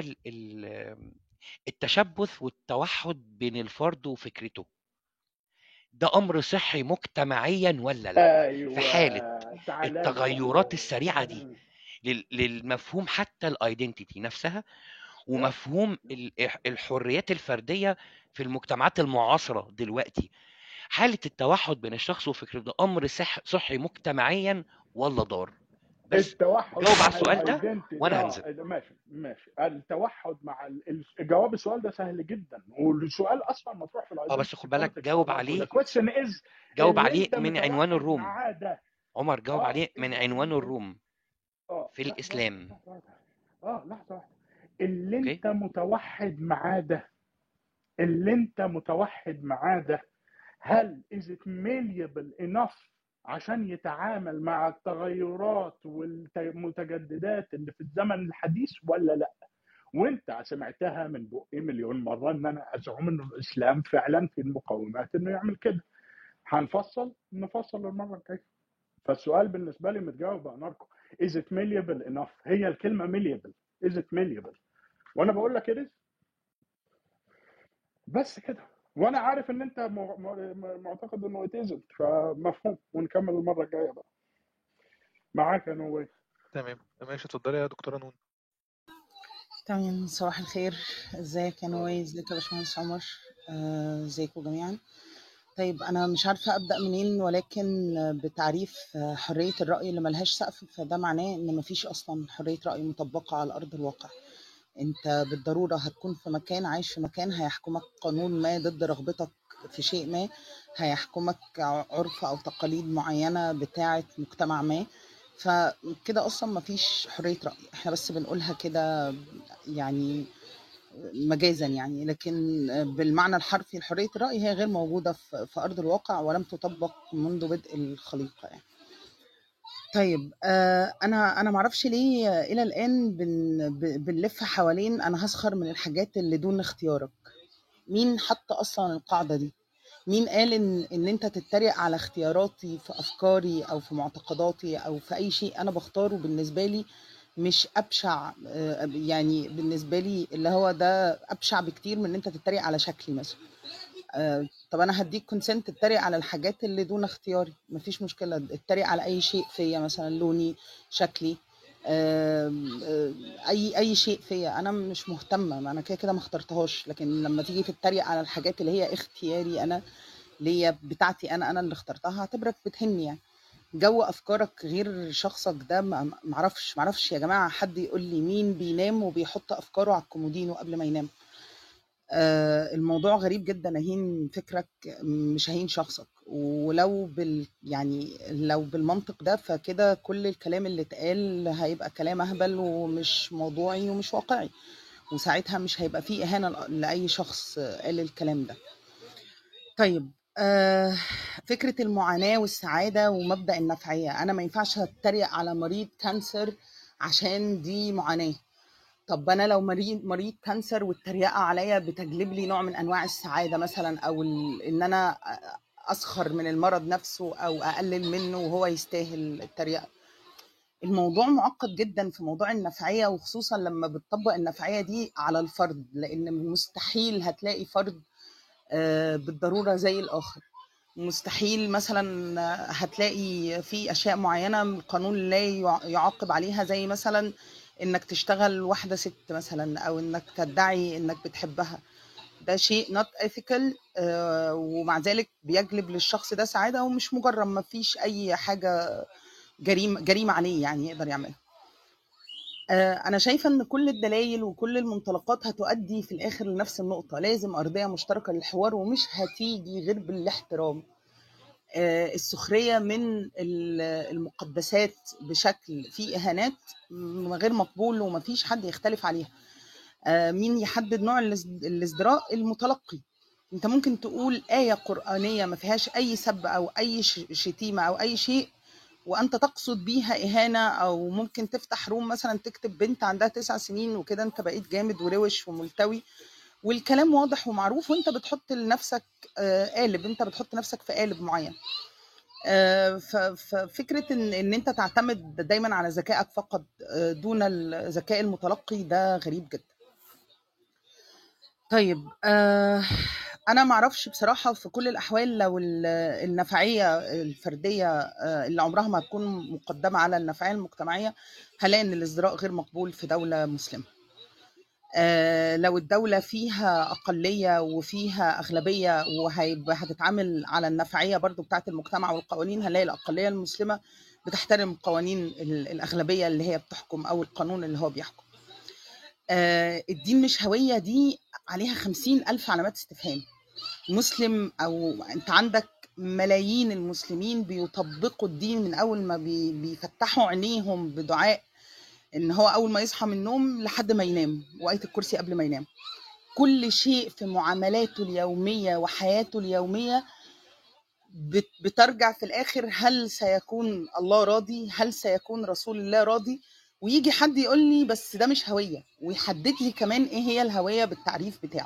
التشبث والتوحد بين الفرد وفكرته، ده امر صحي مجتمعيا ولا لا؟ ايوه، في حاله تعالى لي التغيرات بقى. السريعه دي للمفهوم حتى الايدنتيتي نفسها، ومفهوم الحريات الفرديه في المجتمعات المعاصره دلوقتي، حاله التوحد بين الشخص وفكرته ده امر صحي مجتمعيا ولا ضار؟ بس التوحد جاوب على مع السؤال ده الايدنتي. وانا هنزل. ماشي. التوحد مع جواب السؤال ده سهل جدا، والسؤال اصلا مطروح في بس خد الايدنتي بالك، بوليتكس. جاوب ذا عليه كويستشن از جاوب اللي عليه انت من عنوان متوحد الروم. معاه ده. عمر جاوب عليه من عنوان اللي الروم في لحظه واحده، الاسلام. لحظه واحده. اللي اوكي، انت متوحد معاه ده، اللي انت متوحد معاه ده، هل is it malleable enough عشان يتعامل مع التغيرات والمتجددات اللي في الزمن الحديث ولا لا؟ وانت سمعتها من بقي مليون مره ان انا ازعم ان الاسلام فعلا في المقومات انه يعمل كده. نفصل المره الجايه. فالسؤال بالنسبه لي متجاوب يا ناركو. is it malleable enough؟ هي الكلمه malleable. is it malleable؟ وانا بقول لك it is. بس كده. وانا عارف ان انت معتقد انه اتيزم، فمفهوم. ونكمل المره الجايه بقى. معاك يا نووي. تمام ماشي، اتفضلي يا دكتوره نون. تمام، صباح الخير. ازيك يا نوي؟ ازيك يا باشمهندس عمر؟ ازيكم جميعا. طيب انا مش عارفه ابدا منين، ولكن بتعريف حريه الراي اللي ملهاش سقف، فده معناه ان مفيش اصلا حريه راي مطبقه على ارض الواقع. انت بالضروره هتكون في مكان، عايش في مكان هيحكمك قانون ما ضد رغبتك في شيء ما، هيحكمك عرف او تقاليد معينه بتاعه مجتمع ما، فكده اصلا مفيش حريه راي. احنا بس بنقولها كده يعني مجازا يعني، لكن بالمعنى الحرفي حريه الراي هي غير موجوده في ارض الواقع، ولم تطبق منذ بدء الخليقه يعني. طيب انا معرفش ليه الى الان بنلف حوالين انا هسخر من الحاجات اللي دون اختيارك. مين حط اصلا القاعده دي؟ مين قال ان انت تتريق على اختياراتي في افكاري او في معتقداتي او في اي شيء انا بختاره؟ بالنسبه لي مش ابشع، يعني بالنسبه لي اللي هو ده ابشع بكتير من ان انت تتريق على شكلي مثلا. طب انا هديك كونسنت تتريق على الحاجات اللي دون اختياري، مفيش مشكله. اتريق على اي شيء فيا، مثلا لوني، شكلي، اي شيء فيا، انا مش مهتمه، انا كده كده ما اخترتهاش. لكن لما تيجي تتريق على الحاجات اللي هي اختياري انا، اللي هي بتاعتي انا اللي اخترتها، اعتبرك بتهني يعني. جو افكارك غير شخصك ده معرفش يا جماعه. حد يقول لي مين بينام وبيحط افكاره على الكومودينو قبل ما ينام؟ الموضوع غريب جدا. أهين فكرك مش هين شخصك، ولو يعني لو بالمنطق ده فكده كل الكلام اللي اتقال هيبقى كلام أهبل ومش موضوعي ومش واقعي، وساعتها مش هيبقى فيه إهانة لأي شخص قال الكلام ده. طيب فكرة المعاناة والسعادة ومبدأ النفعية، أنا ما ينفعش أتريق على مريض كانسر عشان دي معاناة. طب أنا لو مريض كانسر والتريقة عليا بتجلب لي نوع من أنواع السعادة مثلا، أو إن أنا أسخر من المرض نفسه أو أقلل منه وهو يستاهل التريقة. الموضوع معقد جدا في موضوع النفعية، وخصوصا لما بتطبق النفعية دي على الفرد، لأن مستحيل هتلاقي فرد بالضرورة زي الآخر. مستحيل مثلا هتلاقي في أشياء معينة القانون لا يعاقب عليها، زي مثلا إنك تشتغل واحدة ست مثلا، أو إنك تدعي إنك بتحبها. ده شيء not ethical، ومع ذلك بيجلب للشخص ده سعادة ومش مجرم، ما فيش أي حاجة جريمة عليه يعني يقدر يعملها. أنا شايفة إن كل الدلائل وكل المنطلقات هتؤدي في الآخر لنفس النقطة، لازم أرضية مشتركة للحوار، ومش هتيجي غير بالاحترام. السخرية من المقدسات بشكل فيه إهانات غير مقبول ومفيش حد يختلف عليها. مين يحدد نوع الازدراء؟ المتلقي. انت ممكن تقول آية قرآنية ما فيهاش أي سب أو أي شتيمة أو أي شيء وأنت تقصد بيها إهانة، أو ممكن تفتح روم مثلا تكتب بنت عندها 9 سنين وكده أنت بقيت جامد وروش وملتوي، والكلام واضح ومعروف، وأنت بتحط لنفسك قالب، أنت بتحط نفسك في قالب معين. ففكرة إن أنت تعتمد دايما على ذكائك فقط دون الذكاء المتلقي ده غريب جدا. طيب أنا معرفش بصراحة في كل الأحوال لو النفعية الفردية اللي عمرها ما هتكون مقدمة على النفعية المجتمعية، هلاقي إن الازدراء غير مقبول في دولة مسلمة. لو الدولة فيها أقلية وفيها أغلبية وهتتعامل على النفعية برضو بتاعت المجتمع والقوانين، هنلاقي الأقلية المسلمة بتحترم قوانين الأغلبية اللي هي بتحكم أو القانون اللي هو بيحكم. الدين مش هوية دي عليها 50,000 علامات استفهام. مسلم أو أنت عندك ملايين المسلمين بيطبقوا الدين من أول ما بيفتحوا عينيهم بدعاء إن هو أول ما يصحى من النوم لحد ما ينام، وآية الكرسي قبل ما ينام. كل شيء في معاملاته اليومية وحياته اليومية بترجع في الآخر هل سيكون الله راضي؟ هل سيكون رسول الله راضي؟ ويجي حد يقول لي بس ده مش هوية، ويحدد لي كمان إيه هي الهوية بالتعريف بتاعه.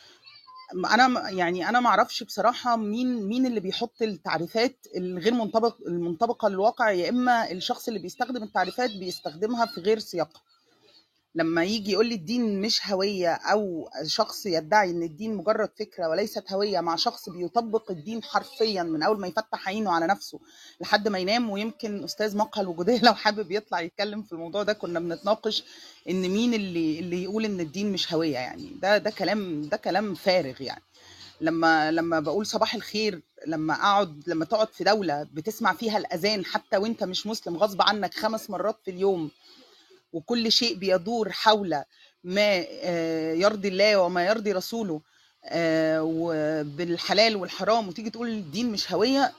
أنا معرفش بصراحة مين اللي بيحط التعريفات الغير المنطبقة للواقع، يا إما الشخص اللي بيستخدم التعريفات بيستخدمها في غير سياقها. لما يجي يقول لي الدين مش هوية، أو شخص يدعي إن الدين مجرد فكرة وليست هوية، مع شخص بيطبق الدين حرفيا من أول ما يفتح عينه على نفسه لحد ما ينام. ويمكن أستاذ مقهى الوجودية لو حابب يطلع يتكلم في الموضوع ده، كنا بنتناقش إن مين اللي يقول إن الدين مش هوية. يعني ده كلام فارغ. يعني لما بقول صباح الخير، لما تقعد في دولة بتسمع فيها الأذان حتى وانت مش مسلم غصب عنك 5 مرات في اليوم، وكل شيء بيدور حول ما يرضي الله وما يرضي رسوله وبالحلال والحرام، وتيجي تقول الدين مش هوية،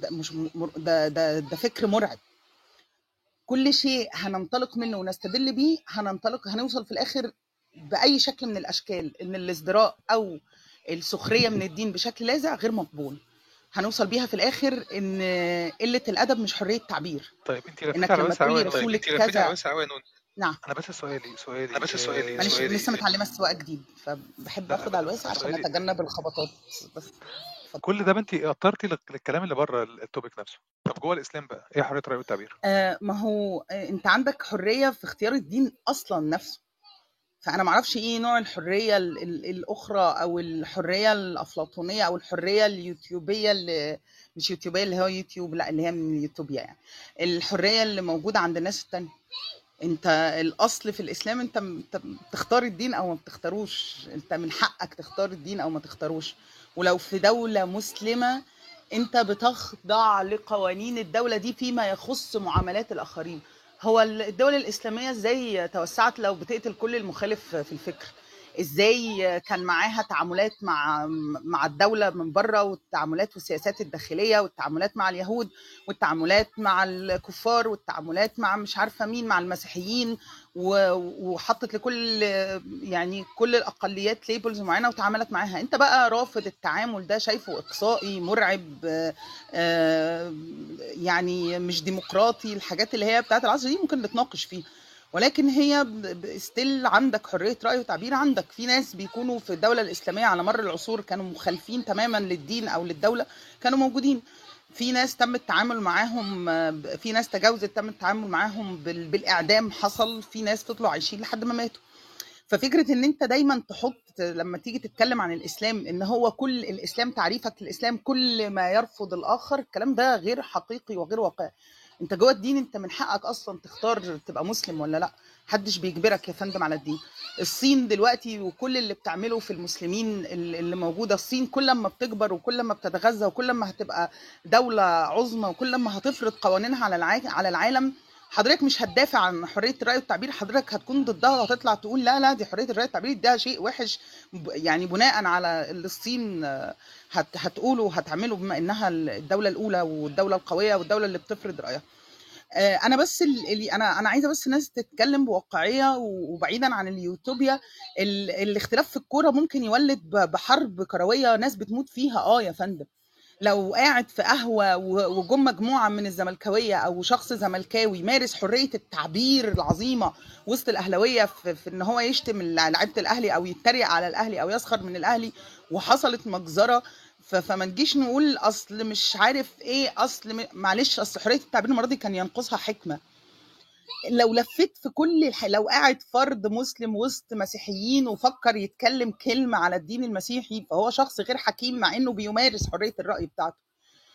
ده فكر مرعب. كل شيء هننطلق منه ونستدل بيه هنوصل في الآخر بأي شكل من الأشكال إن الازدراء أو السخرية من الدين بشكل لاذع غير مقبول. هنوصل بيها في الآخر إن قلة الأدب مش حرية تعبير. طيب انت إنك لفتي على لما بس عوي تقولي يا نون. رسولك كذا. نعم، انا بس سؤالي معلش لسه متعلمة السواقة جديد، فبحب لا اخد على الواسع عشان سؤالي اتجنب الخبطات بس. اتفضل. كل ده ما انت اثرتي للكلام اللي بره التوبيك نفسه. طب جوه الاسلام بقى ايه حريه الراي والتعبير؟ ما هو انت عندك حرية في اختيار الدين اصلا نفسه، فانا معرفش ايه نوع الحرية الاخرى، او الحرية الافلاطونية، او الحرية اليوتيوبية اللي مش يوتيوبية اللي هو يوتيوب، لا اللي هي من يوتوبيا. يعني الحرية اللي موجودة عند الناس التانية. انت الاصل في الاسلام انت بتختار الدين او ما بتختاروش، انت من حقك تختار الدين او ما تختاروش. ولو في دولة مسلمة انت بتخضع لقوانين الدولة دي فيما يخص معاملات الاخرين. هو الدولة الاسلامية ازاي توسعت لو بتقتل كل المخالف في الفكر؟ ازاي كان معاها تعاملات مع الدوله من بره، والتعاملات والسياسات الداخليه، والتعاملات مع اليهود، والتعاملات مع الكفار، والتعاملات مع مش عارفه مين، مع المسيحيين، وحطت لكل يعني كل الاقليات ليبلز معينه وتعاملت معاها. انت بقى رافض التعامل ده، شايفه اقصائي مرعب، يعني مش ديمقراطي. الحاجات اللي هي بتاعت العصر دي ممكن نتناقش فيها، ولكن هي ستيل عندك حريه راي وتعبير. عندك في ناس بيكونوا في الدوله الاسلاميه على مر العصور كانوا مخالفين تماما للدين او للدوله، كانوا موجودين. في ناس تم التعامل معاهم، في ناس تجاوزت تم التعامل معاهم بالاعدام حصل، في ناس فضلوا عايشين لحد ما ماتوا. ففكره ان انت دايما تحط لما تيجي تتكلم عن الاسلام ان هو كل الاسلام، تعريفك للاسلام كل ما يرفض الاخر، الكلام ده غير حقيقي وغير واقعي. انت جوه الدين انت من حقك اصلا تختار تبقى مسلم ولا لا، محدش بيجبرك يا فندم على الدين. الصين دلوقتي وكل اللي بتعمله في المسلمين اللي موجوده، الصين كل ما بتكبر وكل ما بتتغذى وكل ما هتبقى دوله عظمى وكل ما هتفرض قوانينها على العالم، حضرتك مش هتدافع عن حريه الراي والتعبير، حضرتك هتكون ضدها وهتطلع تقول لا لا دي حريه الراي والتعبير ده شيء وحش، يعني بناء على اللي الصين هتقوله وهتعمله بما انها الدوله الاولى والدوله القويه والدوله اللي بتفرض رايها. انا بس اللي انا عايزه بس الناس تتكلم بواقعيه وبعيدا عن اليوتوبيا. الاختلاف في الكوره ممكن يولد بحرب كرويه ناس بتموت فيها يا فندم. لو قاعد في قهوه وجم مجموعه من الزملكاويه او شخص زملكاوي مارس حريه التعبير العظيمه وسط الاهلاويه في ان هو يشتم لعيبه الاهلي او يتريق على الاهلي او يسخر من الاهلي وحصلت مجزره، فما نجيش نقول اصل مش عارف ايه، اصل معلش، اصل حريه التعبير المره دي كان ينقصها حكمه. لو لفيت في كل لو قاعد فرد مسلم وسط مسيحيين وفكر يتكلم كلمه على الدين المسيحي فهو شخص غير حكيم مع انه بيمارس حريه الراي بتاعته.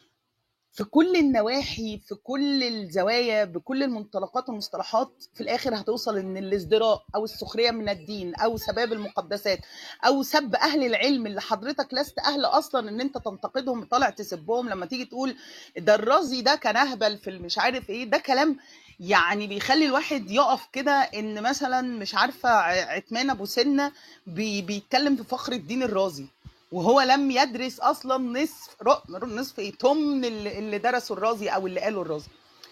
في كل النواحي، في كل الزوايا، بكل المنطلقات والمصطلحات، في الاخر هتوصل ان الازدراء او السخريه من الدين او سباب المقدسات او سب اهل العلم اللي حضرتك لست اهل اصلا ان انت تنتقدهم، طالع تسبهم لما تيجي تقول ده الرازي ده كان اهبل في مش عارف ايه، ده كلام يعني بيخلي الواحد يقف كده. ان مثلا مش عارفه عثمان ابو سنه بيتكلم في فخر الدين الرازي وهو لم يدرس اصلا نصف ايه تمن اللي درسوا الرازي او اللي قالوا الرازي.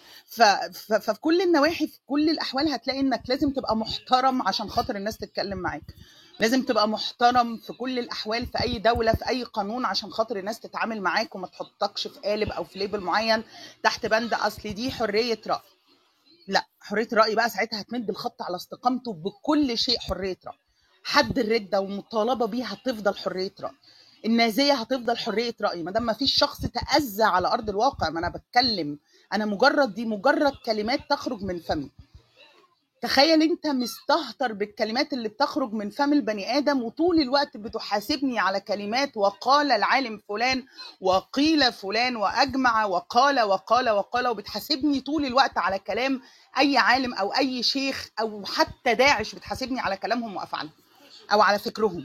ففي كل النواحي في كل الاحوال هتلاقي انك لازم تبقى محترم عشان خاطر الناس تتكلم معاك، لازم تبقى محترم في كل الاحوال في اي دوله في اي قانون عشان خاطر الناس تتعامل معاك وما تحطكش في قالب او في ليبل معين تحت بند اصل دي حريه راي. لا، حريه الراي بقى ساعتها هتمد الخط على استقامته بكل شيء حريه راي. حد الرده والمطالبه بيها هتفضل حريه راي، النازيه هتفضل حريه راي ما دام ما فيش شخص تاذى على ارض الواقع. ما انا بتكلم، انا مجرد كلمات تخرج من فمي. تخيل انت مستهتر بالكلمات اللي بتخرج من فم البني ادم وطول الوقت بتحاسبني على كلمات وقال العالم فلان وقيل فلان واجمع وقال وبتحاسبني طول الوقت على كلام اي عالم او اي شيخ او حتى داعش، بتحاسبني على كلامهم وافعالهم او على فكرهم.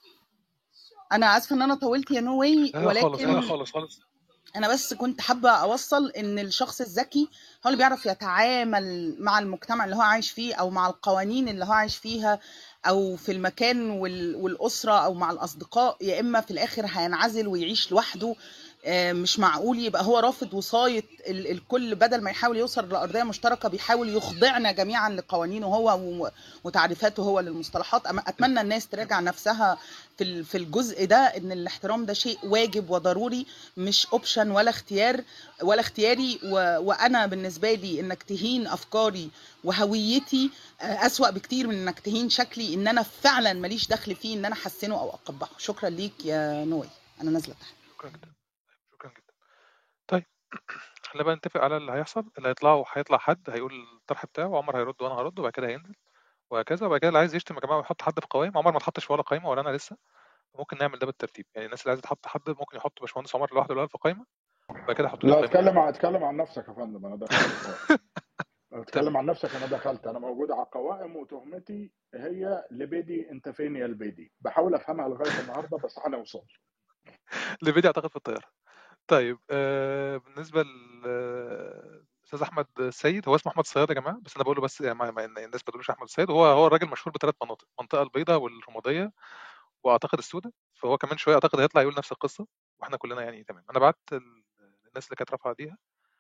انا اسفه ان انا طولت يا نوي، لا خالص ولكن خالص. انا بس كنت حابه اوصل ان الشخص الذكي هو اللي بيعرف يتعامل مع المجتمع اللي هو عايش فيه او مع القوانين اللي هو عايش فيها او في المكان والاسره او مع الاصدقاء، يا اما في الاخر هينعزل ويعيش لوحده. مش معقول يبقى هو رافض وصاية الكل، بدل ما يحاول يوصل لأرضية مشتركة بيحاول يخضعنا جميعا لقوانينه هو وتعريفاته هو للمصطلحات. أتمنى الناس تراجع نفسها في الجزء ده، ان الاحترام ده شيء واجب وضروري مش اوبشن ولا اختياري. وانا بالنسبه لي انك تهين افكاري وهويتي اسوأ بكتير من انك تهين شكلي ان انا فعلا ماليش دخل فيه ان انا احسنه او اقبحه. شكرا ليك يا نوي، انا نازله تحت. شكرا جدا. طيب خلينا بقى نتفق على اللي هيحصل. اللي هيطلع حد هيقول الطرح بتاعه، وعمر هيرد وانا هرد وبعد كده هينزل وهكذا. وبعد كده اللي عايز يشتم يا جماعه ويحط حد في قوائم، عمر ما اتحطش في ولا قائمه ولا انا لسه، ممكن نعمل ده بالترتيب. يعني الناس اللي عايزه تحط حد ممكن يحط باشمهندس عمر لوحده الاول في قائمه وبعد كده يحطوني في لا، قائمه اتكلم عن نفسك يا فندم، انا دخلت. اتكلم عن نفسك، انا دخلت، انا موجود على القوائم وتهمتي هي لبيدي انت فين يا البيدي، بحاول افهمها لغايه النهارده بس هنوصل. اللي بدي اعتقد في الطياره. طيب بالنسبه استاذ احمد السيد، هو اسمه احمد الصياد يا جماعه، بس انا بقول له بس يعني الناس ما تقولوش احمد السيد. هو الراجل مشهور بثلاث مناطق، المنطقه البيضاء والرماديه واعتقد السوداء، فهو كمان شويه اعتقد هيطلع يقول نفس القصه، واحنا كلنا يعني تمام. انا بعت الناس اللي كانت رافعه ايديها.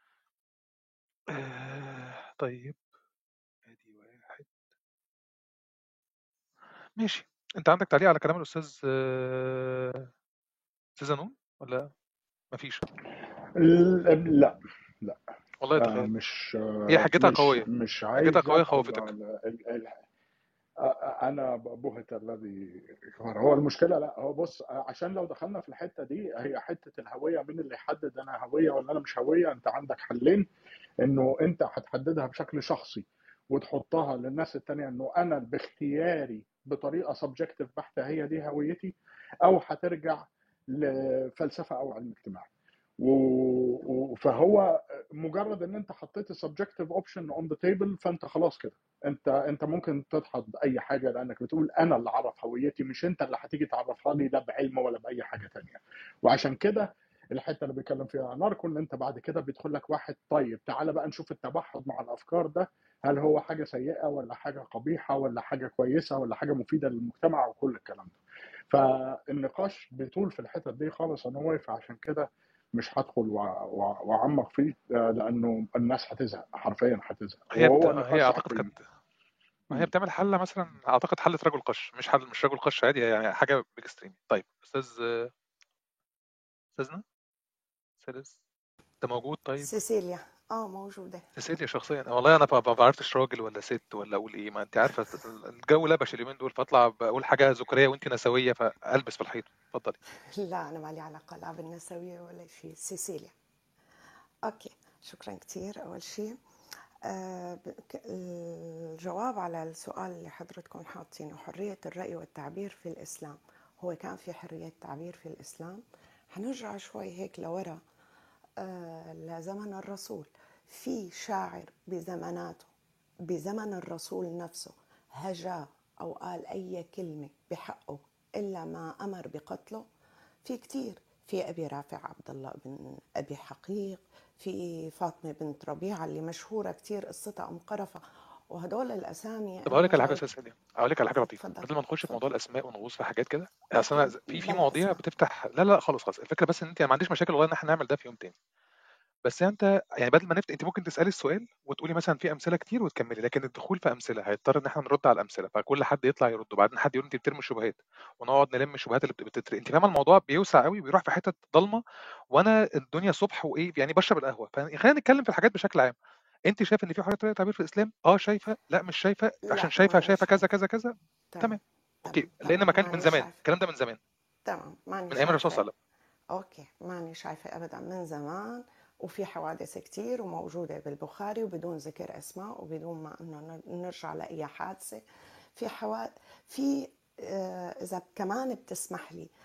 طيب ادي واحد ماشي. انت عندك تعليق على كلام الاستاذ استاذ زنون ولا مفيش؟ لا لا. والله تخيل، مش هي حاجتها قويه، مش حاجتها عايز قويه ادخل خوفتك. على انا بهت الذي كفر. هو المشكله لا، هو بص، عشان لو دخلنا في الحته دي، هي حته الهويه، مين اللي يحدد انا هويه ولا انا مش هويه؟ انت عندك حلين، انه انت هتحددها بشكل شخصي وتحطها للناس التانية انه انا باختياري بطريقه سبجكتيف بحته هي دي هويتي، او هترجع لفلسفه او علم اجتماع. فهو مجرد ان انت حطيت السبجكتيف اوبشن اون ذا تيبل، فانت خلاص كده انت ممكن تدحض اي حاجه، لانك بتقول انا اللي اعرف هويتي، مش انت اللي هتيجي تعرفها لي لا بعلم ولا باي حاجه تانية. وعشان كده الحته اللي بيتكلم فيها ناركو، ان انت بعد كده بيدخل لك واحد طيب تعالى بقى نشوف التبحر مع الافكار ده، هل هو حاجه سيئه ولا حاجه قبيحه ولا حاجه كويسه ولا حاجه مفيده للمجتمع وكل الكلام ده. فالنقاش بيطول في الحتت دي خالص انا واقف، عشان كده مش هدخل واعمق فيه، لانه الناس هتزهق، حرفيا هتزهق، وهو هي نقاش اعتقد عقيم. كانت، ما هي بتعمل حل مثلا، اعتقد حلة رجل قش، مش رجل قش عادي، يعني حاجه باكستريم. طيب استاذنا سادس، انت موجود؟ طيب سيسيليا موجودة. سيسيليا شخصيا، والله انا ما بعرفش راجل ولا ست ولا اقول ايه، ما انت عارفه الجو لبش اليومين دول، فاطلع بقول حاجه ذكوريه وانت نسويه فالبس في الحيط. اتفضلي. لا أنا ما لي علاقة لا بالنسوية ولا شيء. سيسيليا. أوكي، شكرا كتير. أول شيء الجواب على السؤال اللي حضرتكم حاطينه، حرية الرأي والتعبير في الإسلام. هو كان في حرية تعبير في الإسلام؟ حنرجع شوي هيك لورا لزمن الرسول. في شاعر بزماناته بزمن الرسول نفسه هجا أو قال أي كلمة بحقه إلا ما أمر بقتله؟ في كتير، في أبي رافع عبد الله بن أبي حقيق، في فاطمة بنت ربيعة اللي مشهورة كتير قصتها أم قرفة، وهدول الأسامي طب أنا اقول لك على حاجه يا وجاي. استاذ سيدي، اقول لك على حاجه لطيفه تفضل قبل ما نخش في تفضل. موضوع الاسماء ونغوص في حاجات كده. اصل انا في بلا مواضيع أسماء. بتفتح، لا خالص خالص، الفكره بس ان انت، ما عنديش مشاكل والله ان احنا نعمل ده في يوم تاني، بس انت يعني بدل ما انت ممكن تسالي السؤال وتقولي مثلا في امثله كتير وتكملي، لكن الدخول في امثله هيضطر ان احنا نرد على الامثله، فكل حد يطلع يرد وبعدين حد يقول انت بترمي الشبهات ونقعد نلم الشبهات اللي انت فاهم الموضوع بيوسع قوي وبيروح في حته ضلمه، وانا الدنيا صبح وايه يعني بشرب القهوه، فخلينا نتكلم في الحاجات بشكل عام. انت شايفه ان في حريه تعبير في الاسلام؟ شايفه؟ لا مش شايفه عشان لا شايفه ماني كذا شايفة. كذا كذا. تمام تمام اوكي، لان تمام ما كان من ماني زمان شايفة. الكلام ده، من زمان، تمام ماني من ايام الرسول صلى شايفة. الله اوكي ماني شايفة ابدا من زمان، وفي حوادث كتير وموجودة بالبخاري وبدون ذكر اسماء وبدون ما انه نرجع لاي حادثة. في في اذا كمان بتسمح لي،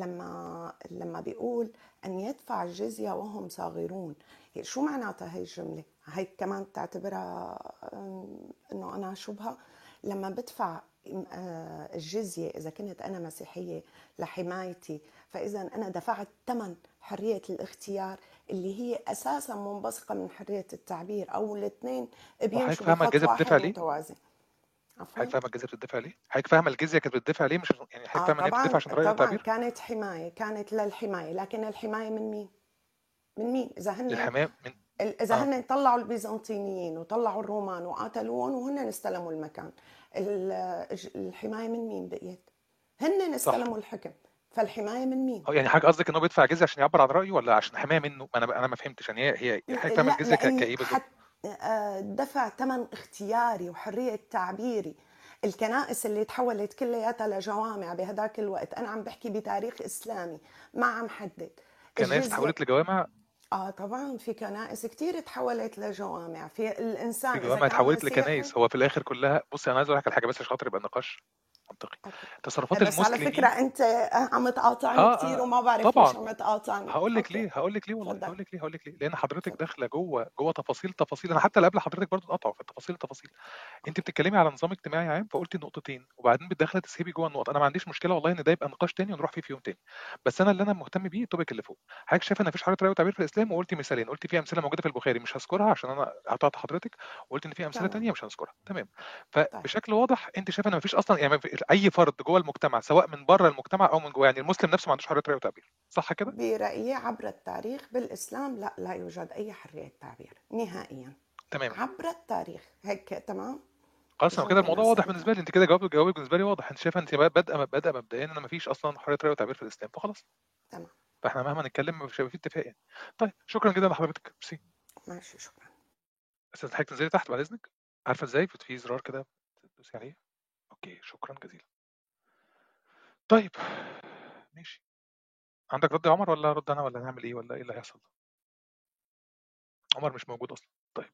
لما بيقول ان يدفع الجزية وهم صاغرون، شو معناتها هي الجملة؟ هي كمان بتعتبرها انه انا شبهة لما بدفع الجزية إذا كنت أنا مسيحية لحمايتي، فإذا أنا دفعت ثمن حرية الاختيار اللي هي أساسا منبثقة من حرية التعبير، أو الاثنين وحضرتك بيمشوا فاهمه بخط الجزيه بتدفع واحد ليه؟ متوازي. عفوا. حضرتك فاهمه الجزيه بتدفع ليه؟ حضرتك فاهمه الجزيه كانت بتدفع ليه؟ مش يعني حضرتك فاهمه ان هي بتدفع طبعا عشان الرأي طبعا والتعبير؟ كانت حماية، كانت للحماية، لكن الحماية من مين؟ من مين؟ للحماية من إذا اه هن طلعوا البيزنطيين وطلعوا الرومان وقاتلوهم وهن استلموا المكان، الحماية من مين بقيت؟ هن صح. استلموا الحكم، فالحماية من مين؟ يعني حضرتك قصدك ان هو بيدفع جزيه عشان يعبر عن رايه ولا عشان حمايه منه؟ انا ما فهمتش، يعني هي حضرتك فاهمه لا الجزيه لأني كايه بالظبط؟ دفع ثمن اختياري وحرية تعبيري. الكنائس اللي تحولت كلياتها لجوامع بهداك الوقت، أنا عم بحكي بتاريخ إسلامي ما عم حدد. كنائس الجزية اتحولت لجوامع؟ طبعا في كنائس كتير تحولت لجوامع. في في الإنسان إذا جوامع كان اتحولت مسيحي. لكنائس؟ هو في الاخر كلها، بص انا عايز اقول لك على حاجه بس عشان خاطر يبقى النقاش منطقي. اوكي. تصرفات بس على فكرة المسلمين انت عم تقاطعني كتير وما بعرف ليش طبعا عم تقاطعني. هقول لك اوكي ليه والله تفضل هقول لك ليه لان حضرتك تفضل. داخله جوه تفاصيل انا حتى اللي قبل حضرتك برضو اتقطعوا في التفاصيل. انت اوكي بتتكلمي على نظام اجتماعي عام فقلتي نقطتين وبعدين بتدخلي تسهبي جوه النقط. انا ما عنديش مشكله والله ان ده يبقى نقاش تاني ونروح فيه في يوم تاني، بس انا اللي انا مهتم بيه التوبيك اللي فوق. حضرتك شايف ان مفيش حريه راي وتعبير في الاسلام وقلتي مثالين، قلتي في امثله موجوده في البخاري مش هذكرها عشان انا قطعت حضرتك، وقلت ان في امثله تمام. تانيه مش هنذكرها. تمام. طيب فبشكل واضح انت شايفه ان مفيش اصلا يعني اي فرد جوه المجتمع سواء من بره المجتمع او من جوه، يعني المسلم نفسه ما عندوش حريه راي وتعبير، صح كده؟ برأيي عبر التاريخ بالإسلام لا يوجد أي حرية تعبير نهائيا تماما. عبر التاريخ. هيك تمام. خلاص انا كده جاوب الموضوع الناس واضح أنت. بالنسبه لي، انت كده جوابك بالنسبه لي واضح، انت شايفه انت بادئه مبدئيا ان مفيش اصلا حريه راي وتعبير في الاسلام فخلاص، تمام فاحنا مهما نتكلم مش هيبقى في اتفاق يعني. طيب شكرا جدا لحضرتك، ميرسي. ماشي شكرا. استاذ حضرتك تنزلي تحت بعد اذنك، عارفه ازاي في زرار كده تدوسي عليه. اوكي شكرا جزيلا. طيب ماشي، عندك رد يا عمر ولا رد انا ولا نعمل ايه ولا ايه اللي هيحصل؟ عمر مش موجود اصلا. طيب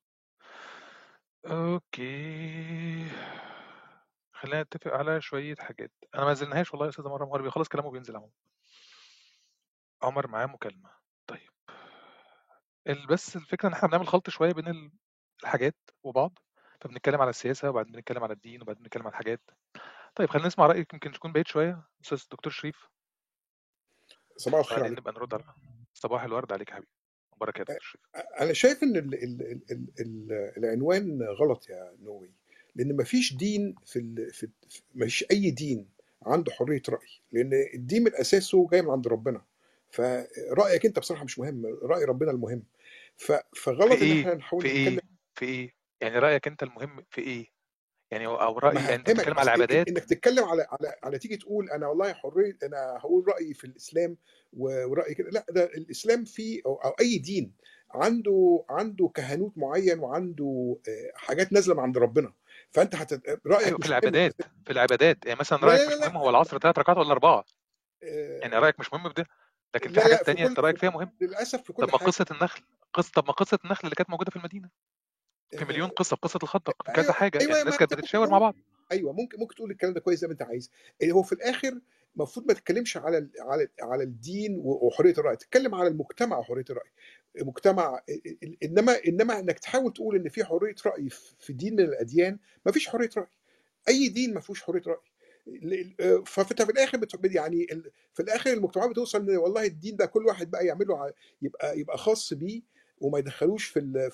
اوكي، خلينا نتفق على شويه حاجات. انا ما نزلناهاش والله يا استاذ عمر، عمر بيخلص كلامه بينزل عمر. عمر معاه مكالمه. طيب بس الفكره ان احنا بنعمل خلط شويه بين الحاجات وبعض، فبنتكلم على السياسه وبعدين بنتكلم على الدين وبعدين بنتكلم على الحاجات. طيب خلينا نسمع رايك، يمكن تكون بعيد شويه استاذ الدكتور شريف، صباح الخير وبعدين عليك. نبقى نرد على. صباح الورد عليك يا حبيبي، مبارك يا دكتور شريف. انا شايف ان العنوان غلط يا نوي، لان مفيش دين مفيش اي دين عنده حريه راي، لان الدين من اساسه جاي من عند ربنا. فرايك انت بصراحه مش مهم، راي ربنا المهم. في فغلط ان ايه احنا نحاول في نتكلم. ايه في ايه يعني رايك انت المهم في ايه؟ يعني او راي، ما يعني انت هفهمك، بتتكلم على بس عبادات. انك تتكلم على تيجي تقول انا والله حريه، انا هقول رايي في الاسلام ورايي كده. لا، ده الاسلام فيه او اي دين عنده كهنوت معين، وعنده حاجات نازله من عند ربنا. فانت ايوه رايك في مش مهم. العبادات، يعني مثلا لا رايك لا لا مش مهم لا هو العصر 3 ركعات ولا 4، يعني آه، رايك مش مهم في ده، لكن في لا لا حاجات في تانية كل انت رايك فيها مهم. للاسف في طب كل ما حاجه. قصه النخل، طب ما قصه النخل اللي كانت موجوده في المدينه، في مليون آه، قصه، في قصه الخندق، في كذا ايوه حاجه، يعني ايوه، الناس ما كانت انت بتتشاور مع بعض. ايوه ممكن تقول الكلام ده كويس زي ما انت عايز. هو في الاخر المفروض ما تتكلمش على الدين وحريه الراي، تتكلم على المجتمع وحريه الراي. مجتمع، انما انك تحاول تقول ان في حريه راي في دين من الاديان. ما فيش حريه راي، اي دين ما فيهوش حريه راي. فانت في الاخر يعني في الاخر المجتمعات بتوصل ان والله الدين ده كل واحد بقى يعمله يبقى خاص بيه، وما يدخلوش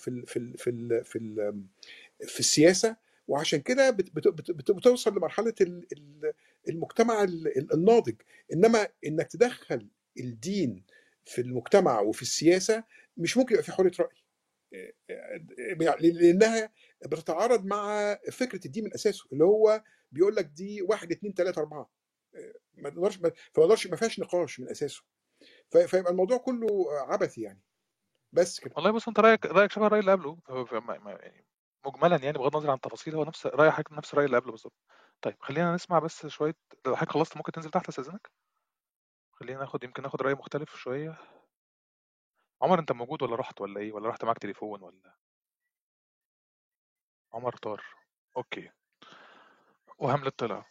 في السياسه. وعشان كده بتوصل لمرحله المجتمع الناضج. انما انك تدخل الدين في المجتمع وفي السياسه، مش ممكن يبقى في حريه راي، لانها بتتعارض مع فكره الدين من اساسه، اللي هو بيقول لك دي 1 2 3 4. ما تقدرش ما فيهاش نقاش من اساسه. فيبقى الموضوع كله عبثي يعني. بس كده. والله بص، انت رايك شبه الراي اللي قبله، يعني مجملا يعني بغض النظر عن التفاصيل هو نفس راي حضرتك، نفس الراي اللي قبله بالظبط. طيب خلينا نسمع بس شويه، لو حضرتك خلصت ممكن تنزل تحت استاذنك، خلينا يمكن ناخد راي مختلف شويه. عمر انت موجود ولا رحت ولا ايه، ولا رحت معاك تليفون ولا؟ عمر طار. اوكي. وهملت طلع.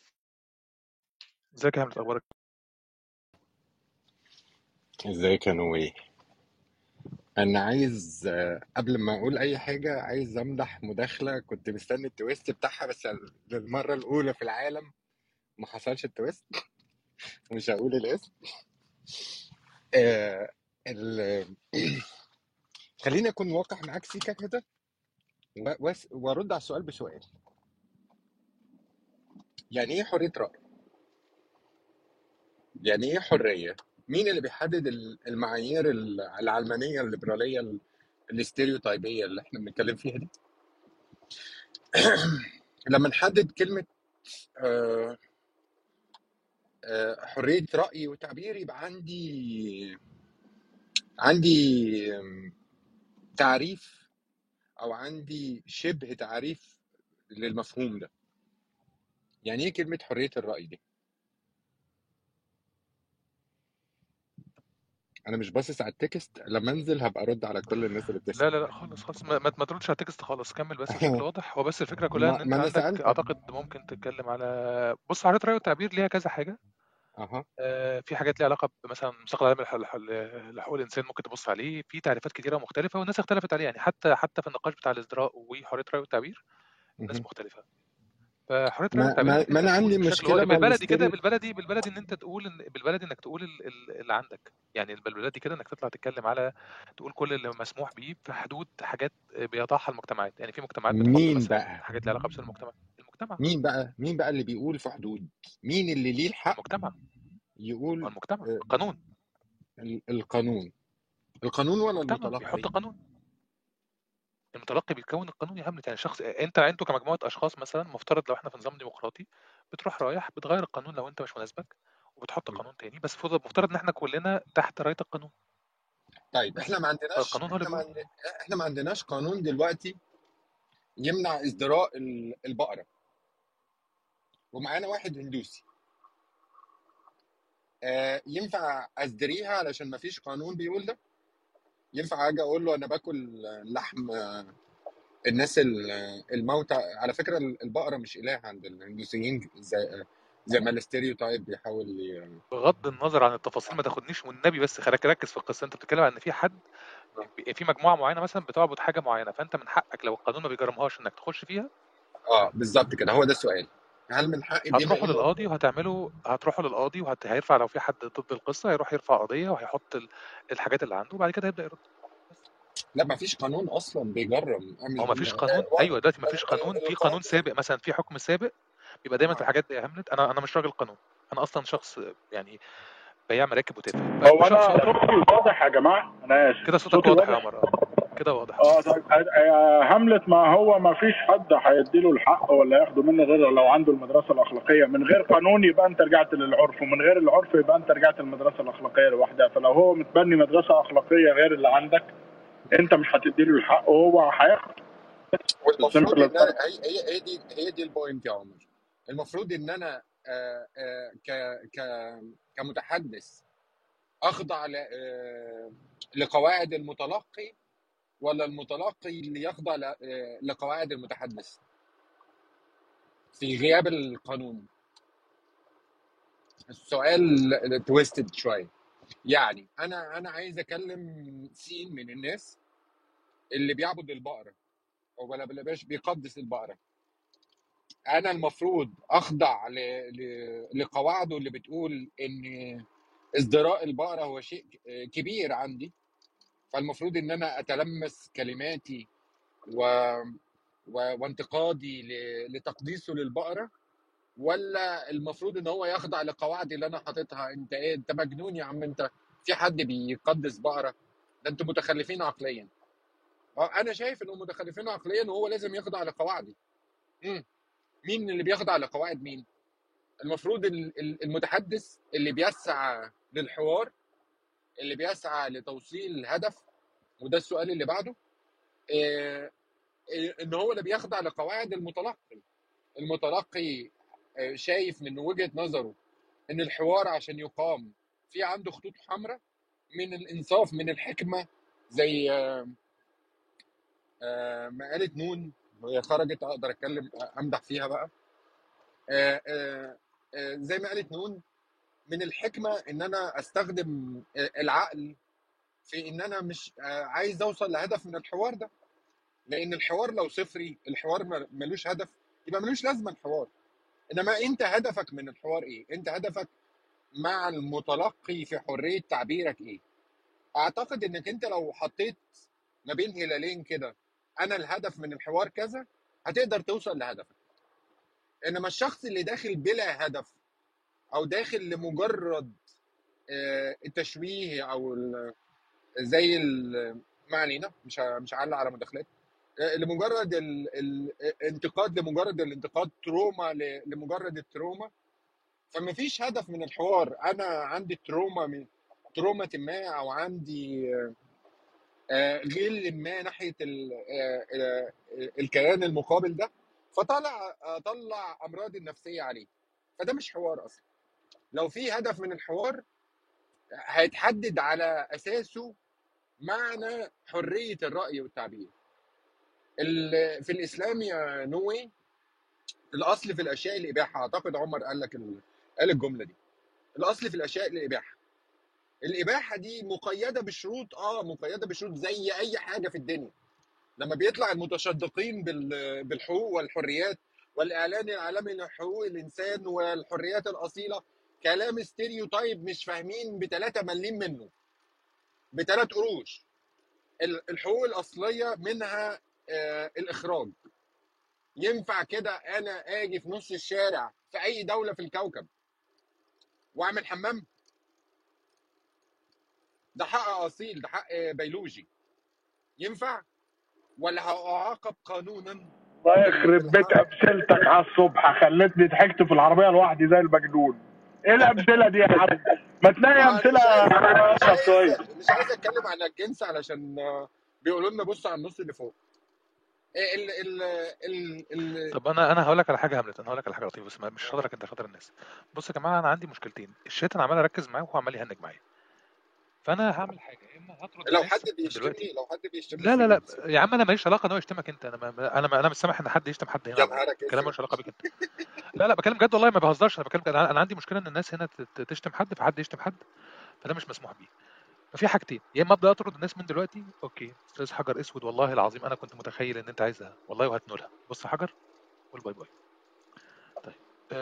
ازيك يا هملت، اخبارك؟ ازيك يا نوي؟ انا عايز قبل ما اقول اي حاجه عايز امدح مداخله كنت مستني التويست بتاعها، بس للمره الاولى في العالم ما حصلش التويست. مش هقول الاسم. آه، ال- خليني اكون واقع معاك سيكا كده، وارد على السؤال بسؤال. يعني ايه حريه راي؟ يعني ايه حريه؟ مين اللي بيحدد المعايير العلمانيه الليبراليه الاستيريوتايبيه اللي احنا بنتكلم فيها دي؟ لما نحدد كلمه آه، حرية رأي وتعبير، يبقى عندي تعريف، أو عندي شبه تعريف للمفهوم ده. يعني إيه كلمة حرية الرأي دي؟ انا مش باصص على التكست، لما انزل هبقى ارد على كل الناس اللي لا لا بتسال. لا خالص خالص، ما تردش على التكست خالص، كمل بس بشكل واضح. هو بس الفكره كلها ان ما انت انا عندك سالتك. اعتقد ممكن تتكلم على، بص، حريه الراي والتعبير ليها كذا حاجه. اها. في حاجات ليها علاقه مثلا الميثاق العالمي لحقوق الانسان، ممكن تبص عليه في تعريفات كتيره مختلفه والناس اختلفت عليه، يعني حتى في النقاش بتاع الازدراء وحريه الراي والتعبير الناس مهم. مختلفه. فحريه الراي ما, والتعبير ما, انك ما انت انا تقول عندي بشكل مشكله واضح مع بالبلدي كده، الاستيريو. بالبلدي ان انت تقول بالبلدي انك تقول اللي عندك، يعني بالبلدي كده انك تطلع تتكلم على، تقول كل اللي مسموح بيه في حدود حاجات بيضعها المجتمعات. يعني في مجتمعات بتحط مين مثلا بقى حاجات ليها علاقه بسن المجتمع. مين بقى اللي بيقول في حدود؟ مين اللي ليه الحق المجتمع يقول؟ المجتمع آه، القانون. القانون ولا المجتمع بيحط المتلقي؟ قانون، المتلقي بيكون القانون يا هملت. يعني شخص، انتوا كمجموعه اشخاص مثلا، مفترض لو احنا في نظام ديمقراطي، بتروح رايح بتغير القانون لو انت مش مناسبك وبتحط قانون تاني، بس مفترض ان احنا كلنا تحت رايه القانون. طيب بس فالقانون هو اللي بيقول. احنا ما عندناش قانون دلوقتي يمنع ازدراء البقره، ومعانا واحد هندوسي. ينفع ازدريها علشان ما فيش قانون بيقول ده؟ ينفع اجي اقول له انا باكل لحم الناس الموتى؟ على فكره البقره مش اله عند الهندوسيين، زي ما الاستيريوتايب بيحاول بغض النظر عن التفاصيل ما تاخدنيش والنبي، بس خليك ركز في القصه. انت بتتكلم عن ان في حد، في مجموعه معينه مثلا بتعبد حاجه معينه، فانت من حقك لو القانون ما بيجرمهاش انك تخش فيها. بالظبط كده، هو ده السؤال. هل من حقي بما هتروحوا انه للقاضي هتروحوا للقاضي هيرفع، لو في حد ضد القصه هيروح يرفع قضيه وهيحط الحاجات اللي عنده وبعد كده هيبدا يرد. بس لا ما فيش قانون اصلا بيجرم ما هو ما فيش قانون، ايوه دلوقتي ما فيش قانون، في قانون القاضي. سابق مثلا، في حكم سابق بيبقى دايما في الحاجات دي يا هملت. انا مش راجل قانون، انا اصلا شخص يعني بياع مراكب وتافه، هو فبشوف انا صوتك صوتي واضح يا جماعه؟ انا كده، اسف، صوتك صوتي واضح يا واضح. عمر. كده واضح اه. طيب يا هاملت، ما هو ما فيش حد هيديله الحق ولا ياخده منه غير لو عنده المدرسه الاخلاقيه. من غير قانون يبقى انت رجعت للعرف، ومن غير العرف يبقى انت رجعت للمدرسه الاخلاقيه لوحدها. فلو هو متبني مدرسه اخلاقيه غير اللي عندك، انت مش هتديله الحق وهو هياخد. والمفروض سمبل. ان أنا هي دي البوينت يا عمر. المفروض ان انا ك ك كمتحدث اخضع لقواعد المتلقي، ولا المتلقي اللي يخضع لقواعد المتحدث في غياب القانون؟ السؤال تويستد شويه. يعني انا عايز اكلم سين من الناس اللي بيعبد البقره، او بلاش بيقدس البقره. انا المفروض اخضع لقواعده اللي بتقول ان ازدراء البقره هو شيء كبير عندي، فالمفروض ان انا اتلمس كلماتي وانتقادي لتقديسه للبقره، ولا المفروض ان هو يخضع لقواعدي اللي انا حاططها؟ انت ايه، انت مجنون يا عم انت؟ في حد بيقدس بقره؟ ده انتوا متخلفين عقليا. انا شايف انهم متخلفين عقليا وهو لازم يخضع لقواعدي. مين اللي بيخضع لقواعد مين؟ المفروض المتحدث اللي بيسعى للحوار، اللي بيسعى لتوصيل هدف. وده السؤال اللي بعده. ان هو اللي بيخضع لقواعد المتلقي شايف من وجهة نظره ان الحوار عشان يقام في عنده خطوط حمراء من الانصاف، من الحكمة، زي ما قالت نون وهي خرجت، اقدر اتكلم امدح فيها بقى. زي ما قالت نون، من الحكمة ان انا استخدم العقل في ان انا مش عايز اوصل لهدف من الحوار ده. لان الحوار لو صفري، الحوار ملوش هدف، يبقى ملوش لازمه الحوار. انما انت هدفك من الحوار ايه؟ انت هدفك مع المتلقي في حريه تعبيرك ايه؟ اعتقد انك انت لو حطيت ما بين هلالين كده، انا الهدف من الحوار كذا، هتقدر توصل لهدفك. انما الشخص اللي داخل بلا هدف، او داخل لمجرد التشويه، او زي ما علينا، مش هعلق على مداخلات، لمجرد الانتقاد، لمجرد الانتقاد، تروما لمجرد التروما. فما فيش هدف من الحوار. انا عندي تروما ما، او عندي غل ما ناحيه الكيان المقابل ده، اطلع امراضي النفسيه عليه. فده مش حوار اصلا. لو في هدف من الحوار، هيتحدد على اساسه معنى حريه الراي والتعبير. في الاسلام يا نوي الاصل في الاشياء الاباحه. اعتقد عمر قال الجمله دي. الاصل في الاشياء الاباحه. الاباحه دي مقيده بشروط، مقيده بشروط زي اي حاجه في الدنيا. لما بيطلع المتشدقين بالحقوق والحريات والاعلان العالمي لحقوق الانسان والحريات الاصيله، كلام ستيريوتايب مش فاهمين ب3 مليم منه، ب3 قروش. الحقوق الاصليه منها الاخراج. ينفع كده انا اجي في نص الشارع في اي دوله في الكوكب واعمل حمام؟ ده حق اصيل، ده حق بيولوجي. ينفع ولا هأعاقب قانونا الله يخرب بيت امثلتك على الصبح، خلتني ضحكت في العربيه لوحدي زي المجنون. ايه الامثله دي يا عم؟ ما تلاقي ما انا امثله شخصيه. مش عايز اتكلم عن الجنس علشان بيقولوا لنا بص على النص اللي فوق. ال ال ال طب انا هقول لك على حاجه هاملت، انا هقول لك على حاجه لطيفه، بس مش شاطرك انت، شاطر الناس. بص يا جماعه، انا عندي مشكلتين. الشات انا عمال اركز معاه وهو عمال يهنج معايا، فانا هعمل حاجه، يا اما هطرد لو الناس حد من دلوقتي. بيشتمني لا لا لا سيبه. يا عم، انا ماليش علاقه ان هو يشتمك انت، انا مش سامح ان حد يشتم حد هنا يا عموما، نهارك الكلام اسود. ملوش علاقه بيك انت. لا لا، بكلم جد والله، ما بهزرش، انا بكلم جد. انا عندي مشكله ان الناس هنا تشتم حد، فحد يشتم حد، فده مش مسموح بيه. ففي حاجتين، يا اما ابدا اطرد الناس من دلوقتي. اوكي استاذ حجر اسود، والله العظيم انا كنت متخيل ان انت عايزها والله، وهتنولها. بص يا حجر، قول باي باي. طيب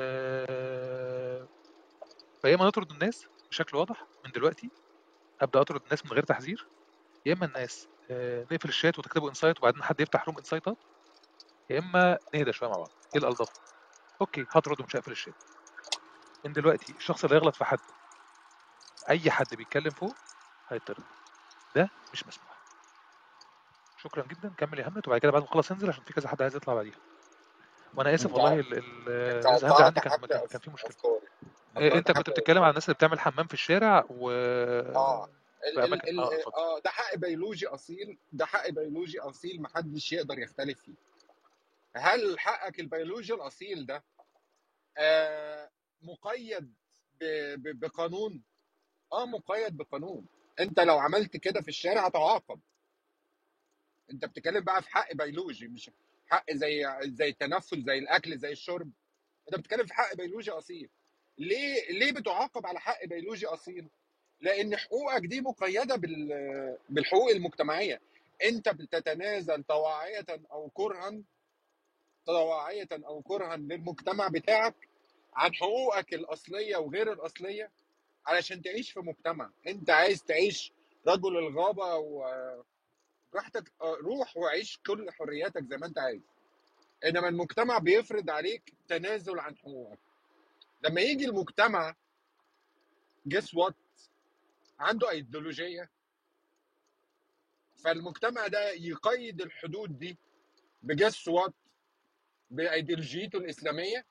فيا اما نطرد الناس بشكل واضح من دلوقتي، ابدا اطرد الناس من غير تحذير، يا اما الناس نقفل الشات وتكتبوا انسايت وبعدين حد يفتح روم انسايتات، يا اما نهدى شويه مع بعض. ايه الالطف؟ اوكي هطرد ومش هقفل الشات من دلوقتي. الشخص اللي يغلط في حد، اي حد بيتكلم فوق، هيطرد. ده مش مسموح. شكرا جدا، كمل يا همت، وبعد كده بعد ما نخلص انزل عشان في كذا حد عايز يطلع بعديها. وانا اسف انت والله، انت استاذ همزه قطعت عندي حبل كان في مشكله. افكاري. قطعت انت كنت حبل بتتكلم على افكاري. الناس اللي بتعمل حمام في الشارع اه في اماكن. اتفضل. ده حق بيولوجي اصيل، ده حق بيولوجي اصيل محدش يقدر يختلف فيه. هل حقك البيولوجي الاصيل ده مقيد بقانون؟ مقيد بقانون. انت لو عملت كده في الشارع هتعاقب. انت بتتكلم بقى في حق بيولوجي، مش حق زي التنفس، زي الاكل، زي الشرب. انت بتتكلم في حق بيولوجي اصيل. ليه بتعاقب على حق بيولوجي اصيل؟ لان حقوقك دي مقيده بالحقوق المجتمعيه. انت بتتنازل طواعيه او كرها للمجتمع بتاعك عن حقوقك الاصليه وغير الاصليه علشان تعيش في مجتمع. انت عايز تعيش رجل الغابه وراحتك، روح وعيش كل حرياتك زي ما انت عايز. انما المجتمع بيفرض عليك تنازل عن حقوقك. لما يجي المجتمع جس وات عنده ايديولوجيه، فالمجتمع ده يقيد الحدود دي بجس وات بايديولوجيته الاسلاميه،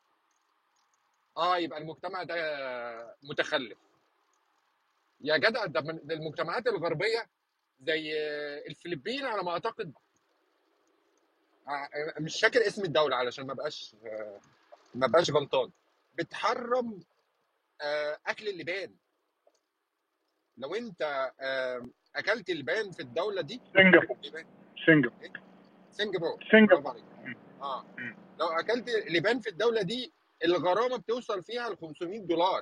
يبقى المجتمع ده متخلف. يا جدع ده من المجتمعات الغربيه زي الفلبين على ما اعتقد، مش فاكر اسم الدوله علشان ما بقاش غلطان، بتحرم اكل اللبان. لو انت اكلت اللبان في الدوله دي، سنغافور. إيه؟ سنغافور، برافو سنغافور. عليك. لو اكلت لبان في الدوله دي الغرامه بتوصل فيها ل $500.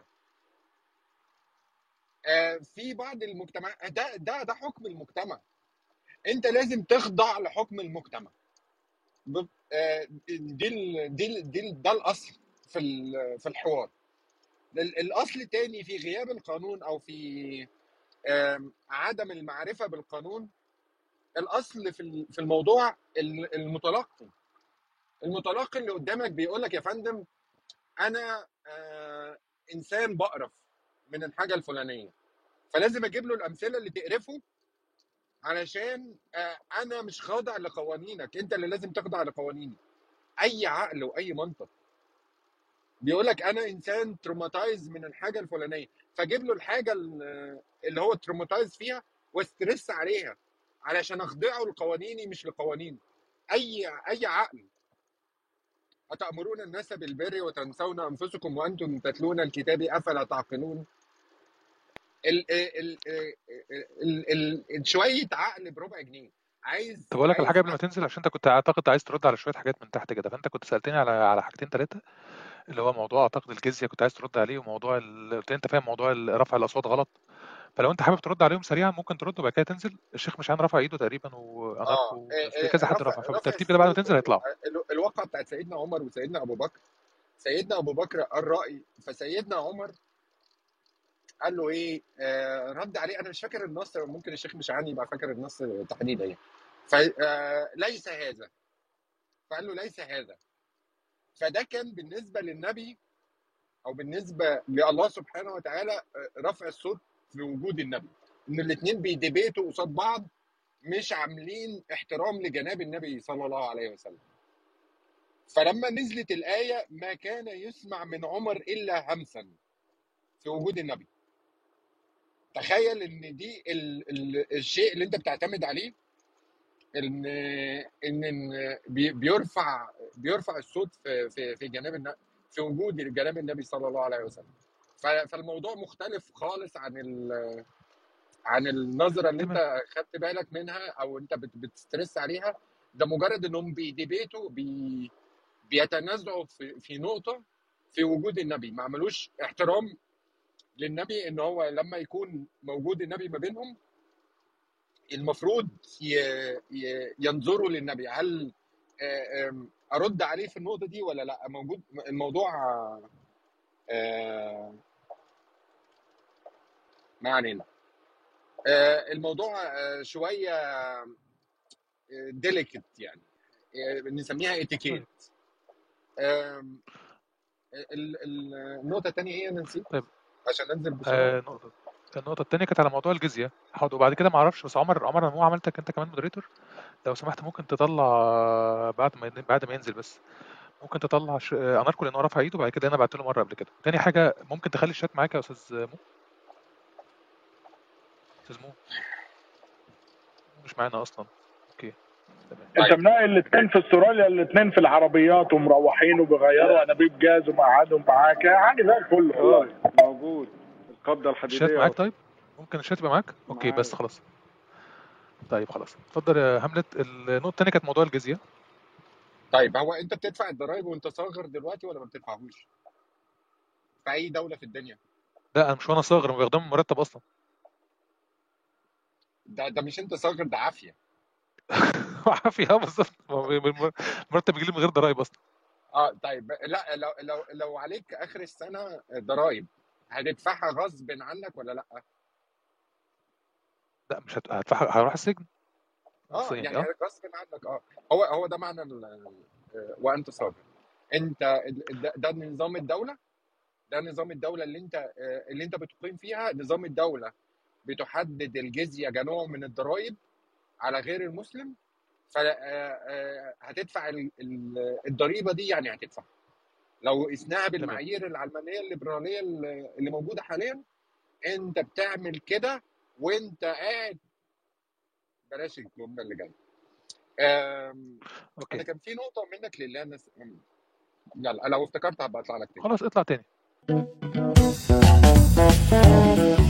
في بعض المجتمعات ده حكم المجتمع. انت لازم تخضع لحكم المجتمع. ده الاصل في الحوار. الاصل الثاني في غياب القانون او في عدم المعرفه بالقانون. الاصل في الموضوع المتلقي اللي قدامك بيقول لك يا فندم انا انسان بقرف من الحاجه الفلانيه، فلازم اجيب له الامثله اللي تقرفه علشان انا مش خاضع لقوانينك، انت اللي لازم تخضع لقوانيني. اي عقل واي منطق بيقول لك انا انسان تروماتايز من الحاجه الفلانيه، فاجيب له الحاجه اللي هو تروماتايز فيها واسترس عليها علشان اخضعه لقوانيني مش لقوانينه. اي عقل. أتأمرون الناس بالبر وتنسون أنفسكم وأنتم تتلون الكتاب أفلا تعقلون؟ شويه عقل بربع جنيه. طب اقول لك على حاجه قبل ما عقل. تنزل، عشان انت كنت اعتقد عايز ترد على شويه حاجات من تحت كده، فانت كنت سالتني على حاجتين ثلاثه، اللي هو موضوع اعتقد الجزيه كنت عايز ترد عليه، وموضوع قلت لي انت فاهم موضوع رفع الاصوات غلط. فلو انت حابب ترد عليهم سريعا ممكن ترد وبعد كده تنزل. الشيخ مشعان رفع ايده تقريبا، واناركو في كذا حد رفع، رفع فبالترتيب كده بعد ما الصوت. تنزل هيطلعوا. الواقعه بتاعت سيدنا عمر وسيدنا ابو بكر. سيدنا ابو بكر قال راي، فسيدنا عمر قال له ايه، رد عليه. انا مش فاكر النص، ممكن الشيخ مشعان يبقى فاكر النص تحديدا يعني. فليس هذا، فقال له ليس هذا. فده كان بالنسبه للنبي او بالنسبه لله سبحانه وتعالى رفع الصوت في وجود النبي، ان الاثنين بيديبيتوا قصاد بعض، مش عاملين احترام لجناب النبي صلى الله عليه وسلم. فلما نزلت الايه ما كان يسمع من عمر الا همسا في وجود النبي، تخيل ان دي الشيء اللي انت بتعتمد عليه، ان بيرفع الصوت في جناب النبي، في وجود جناب النبي صلى الله عليه وسلم. فالموضوع مختلف خالص عن النظره اللي تمام. انت خدت بالك منها او انت بتسترس عليها. ده مجرد انهم بيديبيتوا بيتنازعوا في نقطه في وجود النبي، ما عملوش احترام للنبي، ان هو لما يكون موجود النبي ما بينهم المفروض ينظروا للنبي. هل ارد عليه في النقطه دي ولا لا؟ موجود الموضوع ما علينا. الموضوع شويه ديليكت يعني، نسميها اتيكيت. النقطه الثانيه ايه؟ انا نسيت طيب عشان انزل بسرعه. النقطه الثانيه كانت على موضوع الجزيه. حاضر، وبعد كده ما اعرفش، بس عمر انا مو عملتك انت كمان مودريتور، لو سمحت ممكن تطلع بعد ما ينزل بس، ممكن تطلع اناركو لان هو رفع ايده، وبعد كده انا بعت له مره قبل كده. تاني حاجه ممكن تخلي الشات معاك يا استاذ مو. استاذ مو مش معانا اصلا. اوكي تمام. انت منقل الاثنين في استراليا، الاثنين في العربيات ومروحين وبيغيروا انابيب جاز ومقعدهم معاك يعني زي الفل والله. موجود القبضه الشات الحديديه معاك؟ طيب ممكن الشات يبقى معاك. اوكي بس خلاص. طيب خلاص اتفضل يا هاملت. النقطه الثانيه كانت موضوع الجزيه. طيب هو انت بتدفع الضرايب وانت صاغر دلوقتي ولا ما بتدفعهوش في اي دوله في الدنيا؟ لا انا مش وانا صاغر، انا باخدهم مرتب اصلا. ده مش انت صاغر، ده عافيه. عافيه بالظبط، المرتب بيجي لي من غير ضرايب اصلا. طيب لا، لو عليك اخر السنه ضرايب هتدفعها غصب عنك ولا لا؟ لا مش هدفعها، هروح السجن. يعني غصب عنك. هو ده معنى وانت صاغر. انت ده نظام الدوله، ده نظام الدوله اللي انت بتقيم فيها. نظام الدوله بتحدد الجزيه كنوع من الضرائب على غير المسلم، فهتدفع الضريبه دي، يعني هتدفع. لو قسناها بالمعايير العلمانيه الليبراليه اللي موجوده حاليا، انت بتعمل كده وانت قاعد. بلاش الجمله اللي جايه. انا كان في نقطه منك لله يلا لو افتكرت هبقى اطلع لك تاني. خلاص اطلع تاني.